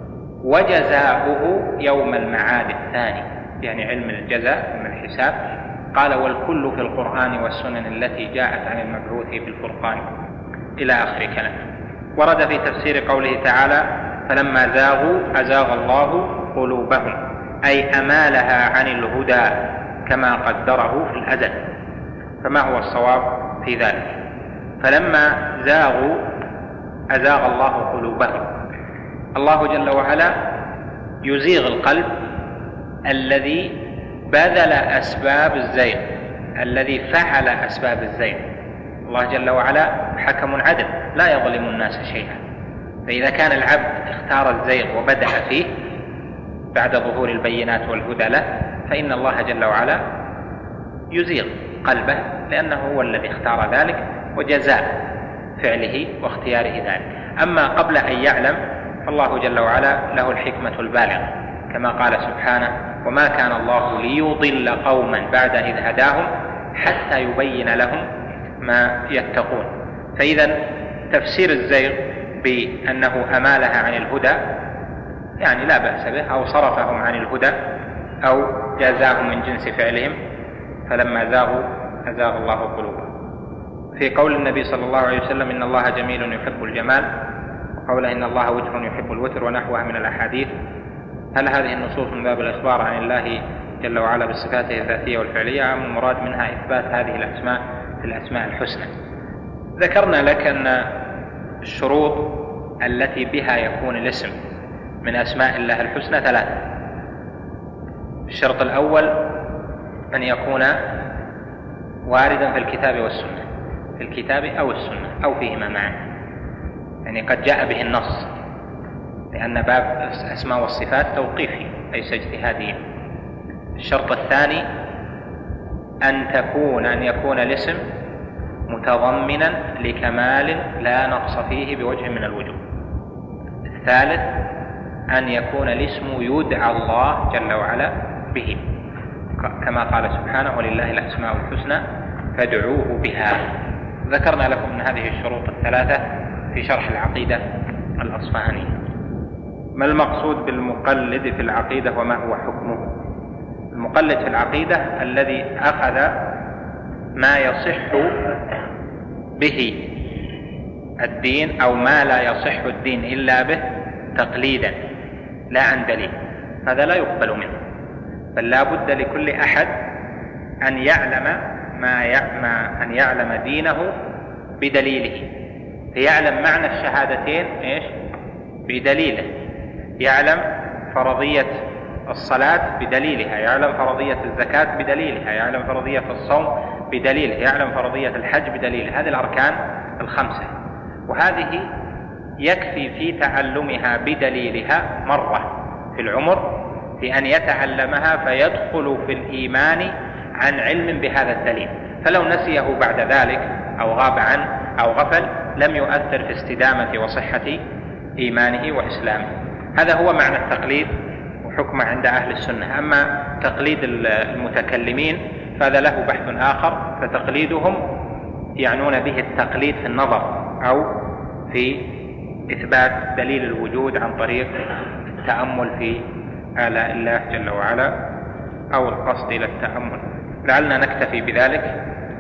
وجزاؤه يوم المعاد الثاني يعني علم الجزاء من الحساب. قال: والكل في القرآن والسنن التي جاءت عن المبعوث بالفرقان، إلى آخر كلام. ورد في تفسير قوله تعالى: فلما زاغوا أزاغ الله قلوبهم، أي أمالها عن الهدى كما قدره في الأزل. فما هو الصواب في ذلك؟ فلما زاغوا أزاغ الله قلوبهم. الله جل وعلا يزيغ القلب الذي بذل أسباب الزيغ، الذي فعل أسباب الزيغ. الله جل وعلا حكم عدل لا يظلم الناس شيئا، فإذا كان العبد اختار الزيغ وبدأ فيه بعد ظهور البينات والهدى له، فإن الله جل وعلا يزيغ قلبه، لأنه هو الذي اختار ذلك وجزاء فعله واختياره ذلك. أما قبل أن يعلم فالله جل وعلا له الحكمة البالغة، كما قال سبحانه: وما كان الله ليضل قوما بعد إذ هداهم حتى يبين لهم ما يتقون. فإذا تفسير الزيغ بأنه أمالها عن الهدى يعني لا بأس به، أو صرفهم عن الهدى، أو جازاهم من جنس فعلهم، فلما زاغوا أزاغ الله قلوبهم. في قول النبي صلى الله عليه وسلم: إن الله جميل يحب الجمال، وقوله: إن الله وجه يحب الوتر، ونحوها من الأحاديث. هل هذه النصوص من باب الإخبار عن الله جل وعلا بصفاته الذاتية والفعلية، أم المراد منها إثبات هذه الأسماء في الأسماء الحسنى؟ ذكرنا لك أن الشروط التي بها يكون الاسم من أسماء الله الحسنى ثلاثة. الشرط الأول أن يكون واردا في الكتاب والسنة، في الكتاب أو السنة أو فيهما معا، يعني قد جاء به النص، لأن باب الأسماء والصفات توقيفي ليس اجتهادي. الشرط الثاني أن تكون أن يكون الاسم متضمنا لكمال لا نقص فيه بوجه من الوجوه. الثالث أن يكون الاسم يدعى الله جل وعلا به، كما قال سبحانه: ولله الأسماء الحسنى فادعوه بها. ذكرنا لكم من هذه الشروط الثلاثة في شرح العقيدة الأصفهانية. ما المقصود بالمقلد في العقيدة وما هو حكمه؟ المقلد في العقيدة الذي أخذ ما يصح به الدين أو ما لا يصح الدين إلا به تقليدا لا عن دليل، هذا لا يقبل منه، بل لا بد لكل أحد أن يعلم ما يعلم أن يعلم دينه بدليله، فيعلم معنى الشهادتين إيش؟ بدليله، يعلم فرضية الصلاة بدليلها، يعلم فرضية الزكاة بدليلها، يعلم فرضية الصوم بدليله، يعلم فرضية الحج بدليله. هذه الأركان الخمسة، وهذه يكفي في تعلمها بدليلها مرة في العمر في أن يتعلمها فيدخل في الإيمان عن علم بهذا الدليل، فلو نسيه بعد ذلك أو غاب عنه أو غفل لم يؤثر في استدامة وصحة إيمانه وإسلامه. هذا هو معنى التقليد وحكمه عند أهل السنة. أما تقليد المتكلمين فهذا له بحث آخر، فتقليدهم يعنون به التقليد في النظر أو في إثبات دليل الوجود عن طريق التأمل في آلاء الله جل وعلا أو القصد إلى التأمل. لعلنا نكتفي بذلك،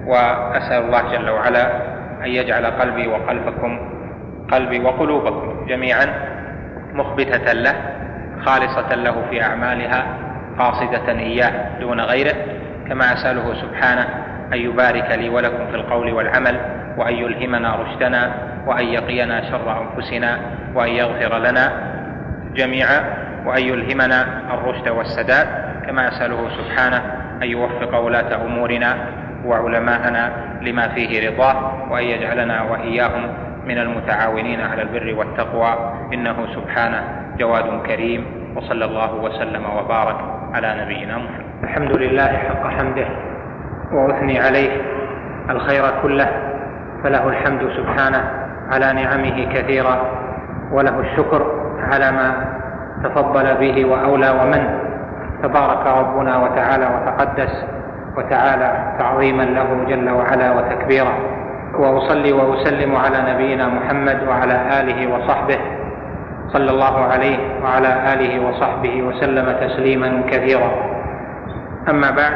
وأسأل الله جل وعلا أن يجعل قلبي وقلبكم قلبي وقلوبكم جميعا مخبتة له خالصة له في أعمالها قاصدة إياه دون غيره، كما أسأله سبحانه أن يبارك لي ولكم في القول والعمل، وأن يلهمنا رشدنا، وأن يقينا شر أنفسنا، وأن يغفر لنا جميعا، وأن يلهمنا الرشد والسداد، كما أسأله سبحانه أن يوفق ولاة أمورنا وعلماءنا لما فيه رضاه، وأن يجعلنا وإياهم من المتعاونين على البر والتقوى، إنه سبحانه جواد كريم. وصلى الله وسلم وبارك على نبينا محمد. الحمد لله حق حمده، وأثني عليه الخير كله، فله الحمد سبحانه على نعمه كثيرا، وله الشكر على ما تفضل به وأولى ومن. تبارك ربنا وتعالى وتقدس وتعالى تعظيما له جل وعلا وتكبيرا. وأصلي وأسلم على نبينا محمد وعلى آله وصحبه صلى الله عليه وعلى آله وصحبه وسلم تسليما كثيرا. أما بعد،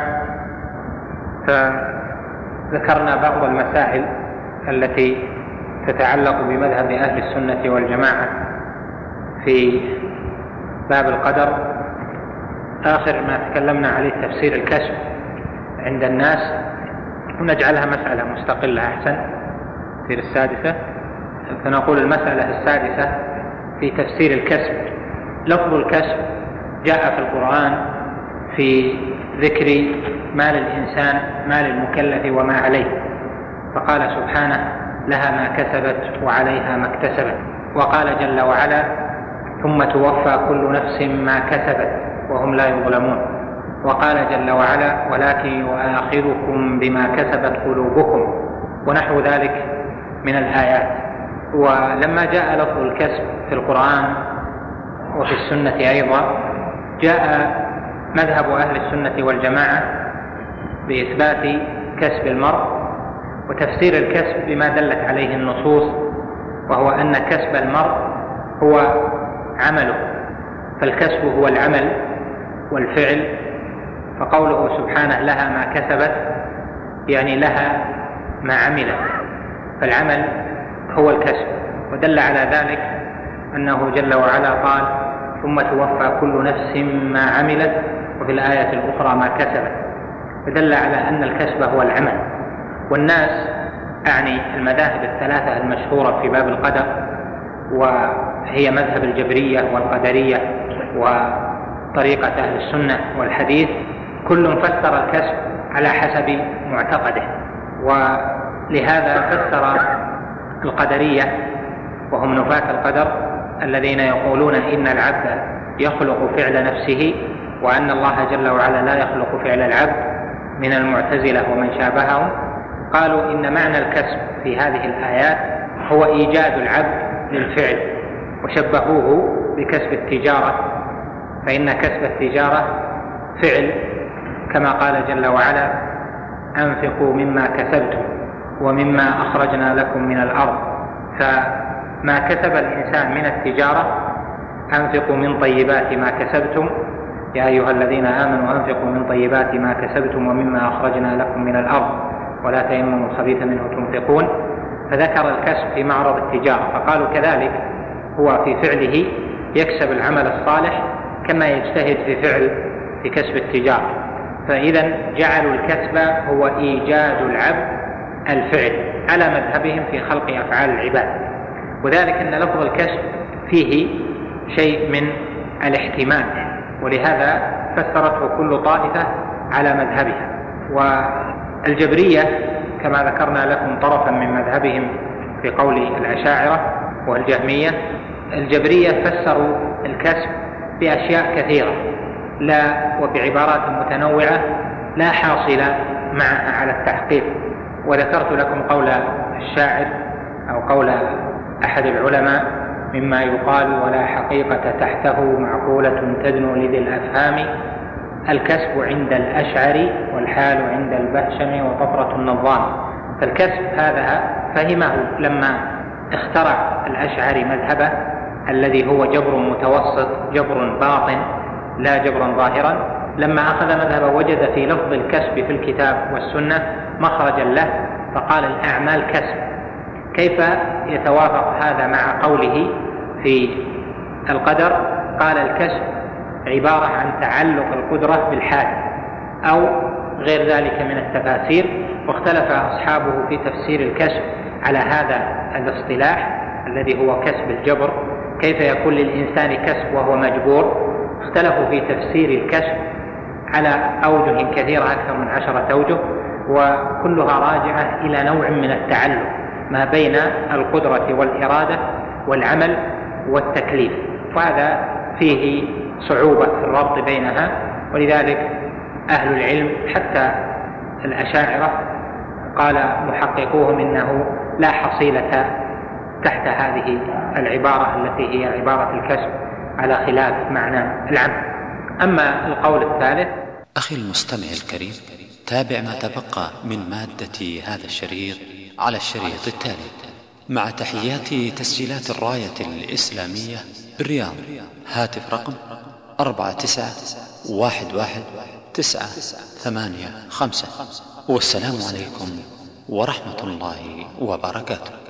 فذكرنا بعض المسائل التي تتعلق بمذهب أهل السنة والجماعة في باب القدر. آخر ما تكلمنا عليه تفسير الكسب عند الناس، ونجعلها مسألة مستقلة أحسن في السادسة. فنقول المسألة السادسة في تفسير الكسب. لفظ الكسب جاء في القرآن في ذكر مال الإنسان، مال المكلف وما عليه، فقال سبحانه لها ما كسبت وعليها ما اكتسبت. وقال جل وعلا ثم توفى كل نفس ما كسبت وهم لا يظلمون. وقال جل وعلا ولكن يؤاخذكم بما كسبت قلوبكم، ونحو ذلك من الآيات. ولما جاء لفظ الكسب في القرآن وفي السنة أيضا، جاء مذهب أهل السنة والجماعة بإثبات كسب المرء وتفسير الكسب بما دلت عليه النصوص، وهو أن كسب المرء هو عمله، فالكسب هو العمل والفعل. فقوله سبحانه لها ما كسبت يعني لها ما عملت، فالعمل هو الكسب. ودل على ذلك أنه جل وعلا قال ثم توفى كل نفس ما عملت، وفي الآية الأخرى ما كسبت، فدل على أن الكسب هو العمل. والناس أعني المذاهب الثلاثة المشهورة في باب القدر، وهي مذهب الجبرية والقدرية وطريقة أهل السنة والحديث، كل فسر الكسب على حسب معتقده. ولهذا فسر القدرية وهم نفاة القدر الذين يقولون إن العبد يخلق فعل نفسه، وأن الله جل وعلا لا يخلق فعل العبد، من المعتزلة ومن شابههم، قالوا إن معنى الكسب في هذه الآيات هو إيجاد العبد للفعل، وشبهوه بكسب التجارة، فإن كسب التجارة فعل، كما قال جل وعلا أنفقوا مما كسبتم ومما أخرجنا لكم من الأرض. فما كسب الإنسان من التجارة أنفقوا من طيبات ما كسبتم يا أيها الذين آمنوا أنفقوا من طيبات ما كسبتم ومما أخرجنا لكم من الأرض ولا تيمموا الخبيث منه تنفقون. فذكر الكسب في معرض التجارة، فقالوا كذلك هو في فعله يكسب العمل الصالح كما يجتهد في فعل في كسب التجارة. فإذا جعلوا الكسب هو إيجاد العبد الفعل على مذهبهم في خلق أفعال العباد، وذلك أن لفظ الكسب فيه شيء من الاحتمال، ولهذا فسرته كل طائفة على مذهبها. والجبرية كما ذكرنا لكم طرفا من مذهبهم في قول الأشاعرة والجهمية، الجبرية فسروا الكسب بأشياء كثيرة لا وبعبارات متنوعة لا حاصل معها على التحقيق. وذكرت لكم قول الشاعر أو قول أحد العلماء مما يقال ولا حقيقة تحته معقولة تدنو لذي الأفهام، الكسب عند الأشعر والحال عند البهشم وطفرة النظام. فالكسب هذا فهمه لما اخترع الأشعري مذهبه الذي هو جبر متوسط، جبر باطن لا جبرا ظاهرا. لما أخذ مذهبه وجد في لفظ الكسب في الكتاب والسنة مخرجا له فقال الأعمال كسب. كيف يتوافق هذا مع قوله في القدر؟ قال الكسب عبارة عن تعلق القدرة بالحادث أو غير ذلك من التفاسير، واختلف أصحابه في تفسير الكسب على هذا الاصطلاح الذي هو كسب الجبر. كيف يكون للإنسان كسب وهو مجبور؟ اختلفوا في تفسير الكسب على أوجه كثيرة أكثر من عشرة أوجه، وكلها راجعة إلى نوع من التعلق ما بين القدرة والإرادة والعمل والتكليف، وهذا فيه صعوبة في الربط بينها. ولذلك أهل العلم حتى الأشاعرة قال محققوهم إنه لا حصيلة تحت هذه العبارة التي هي عبارة الكسب على خلاف معنى العمل. أما القول الثالث. أخي المستمع الكريم، تابع ما تبقى من مادة هذا الشريط على الشريط التالي مع تحيات تسجيلات الراية الإسلامية بالرياض. هاتف رقم أربعة تسعة واحد واحد تسعة ثمانية خمسة. والسلام عليكم ورحمة الله وبركاته.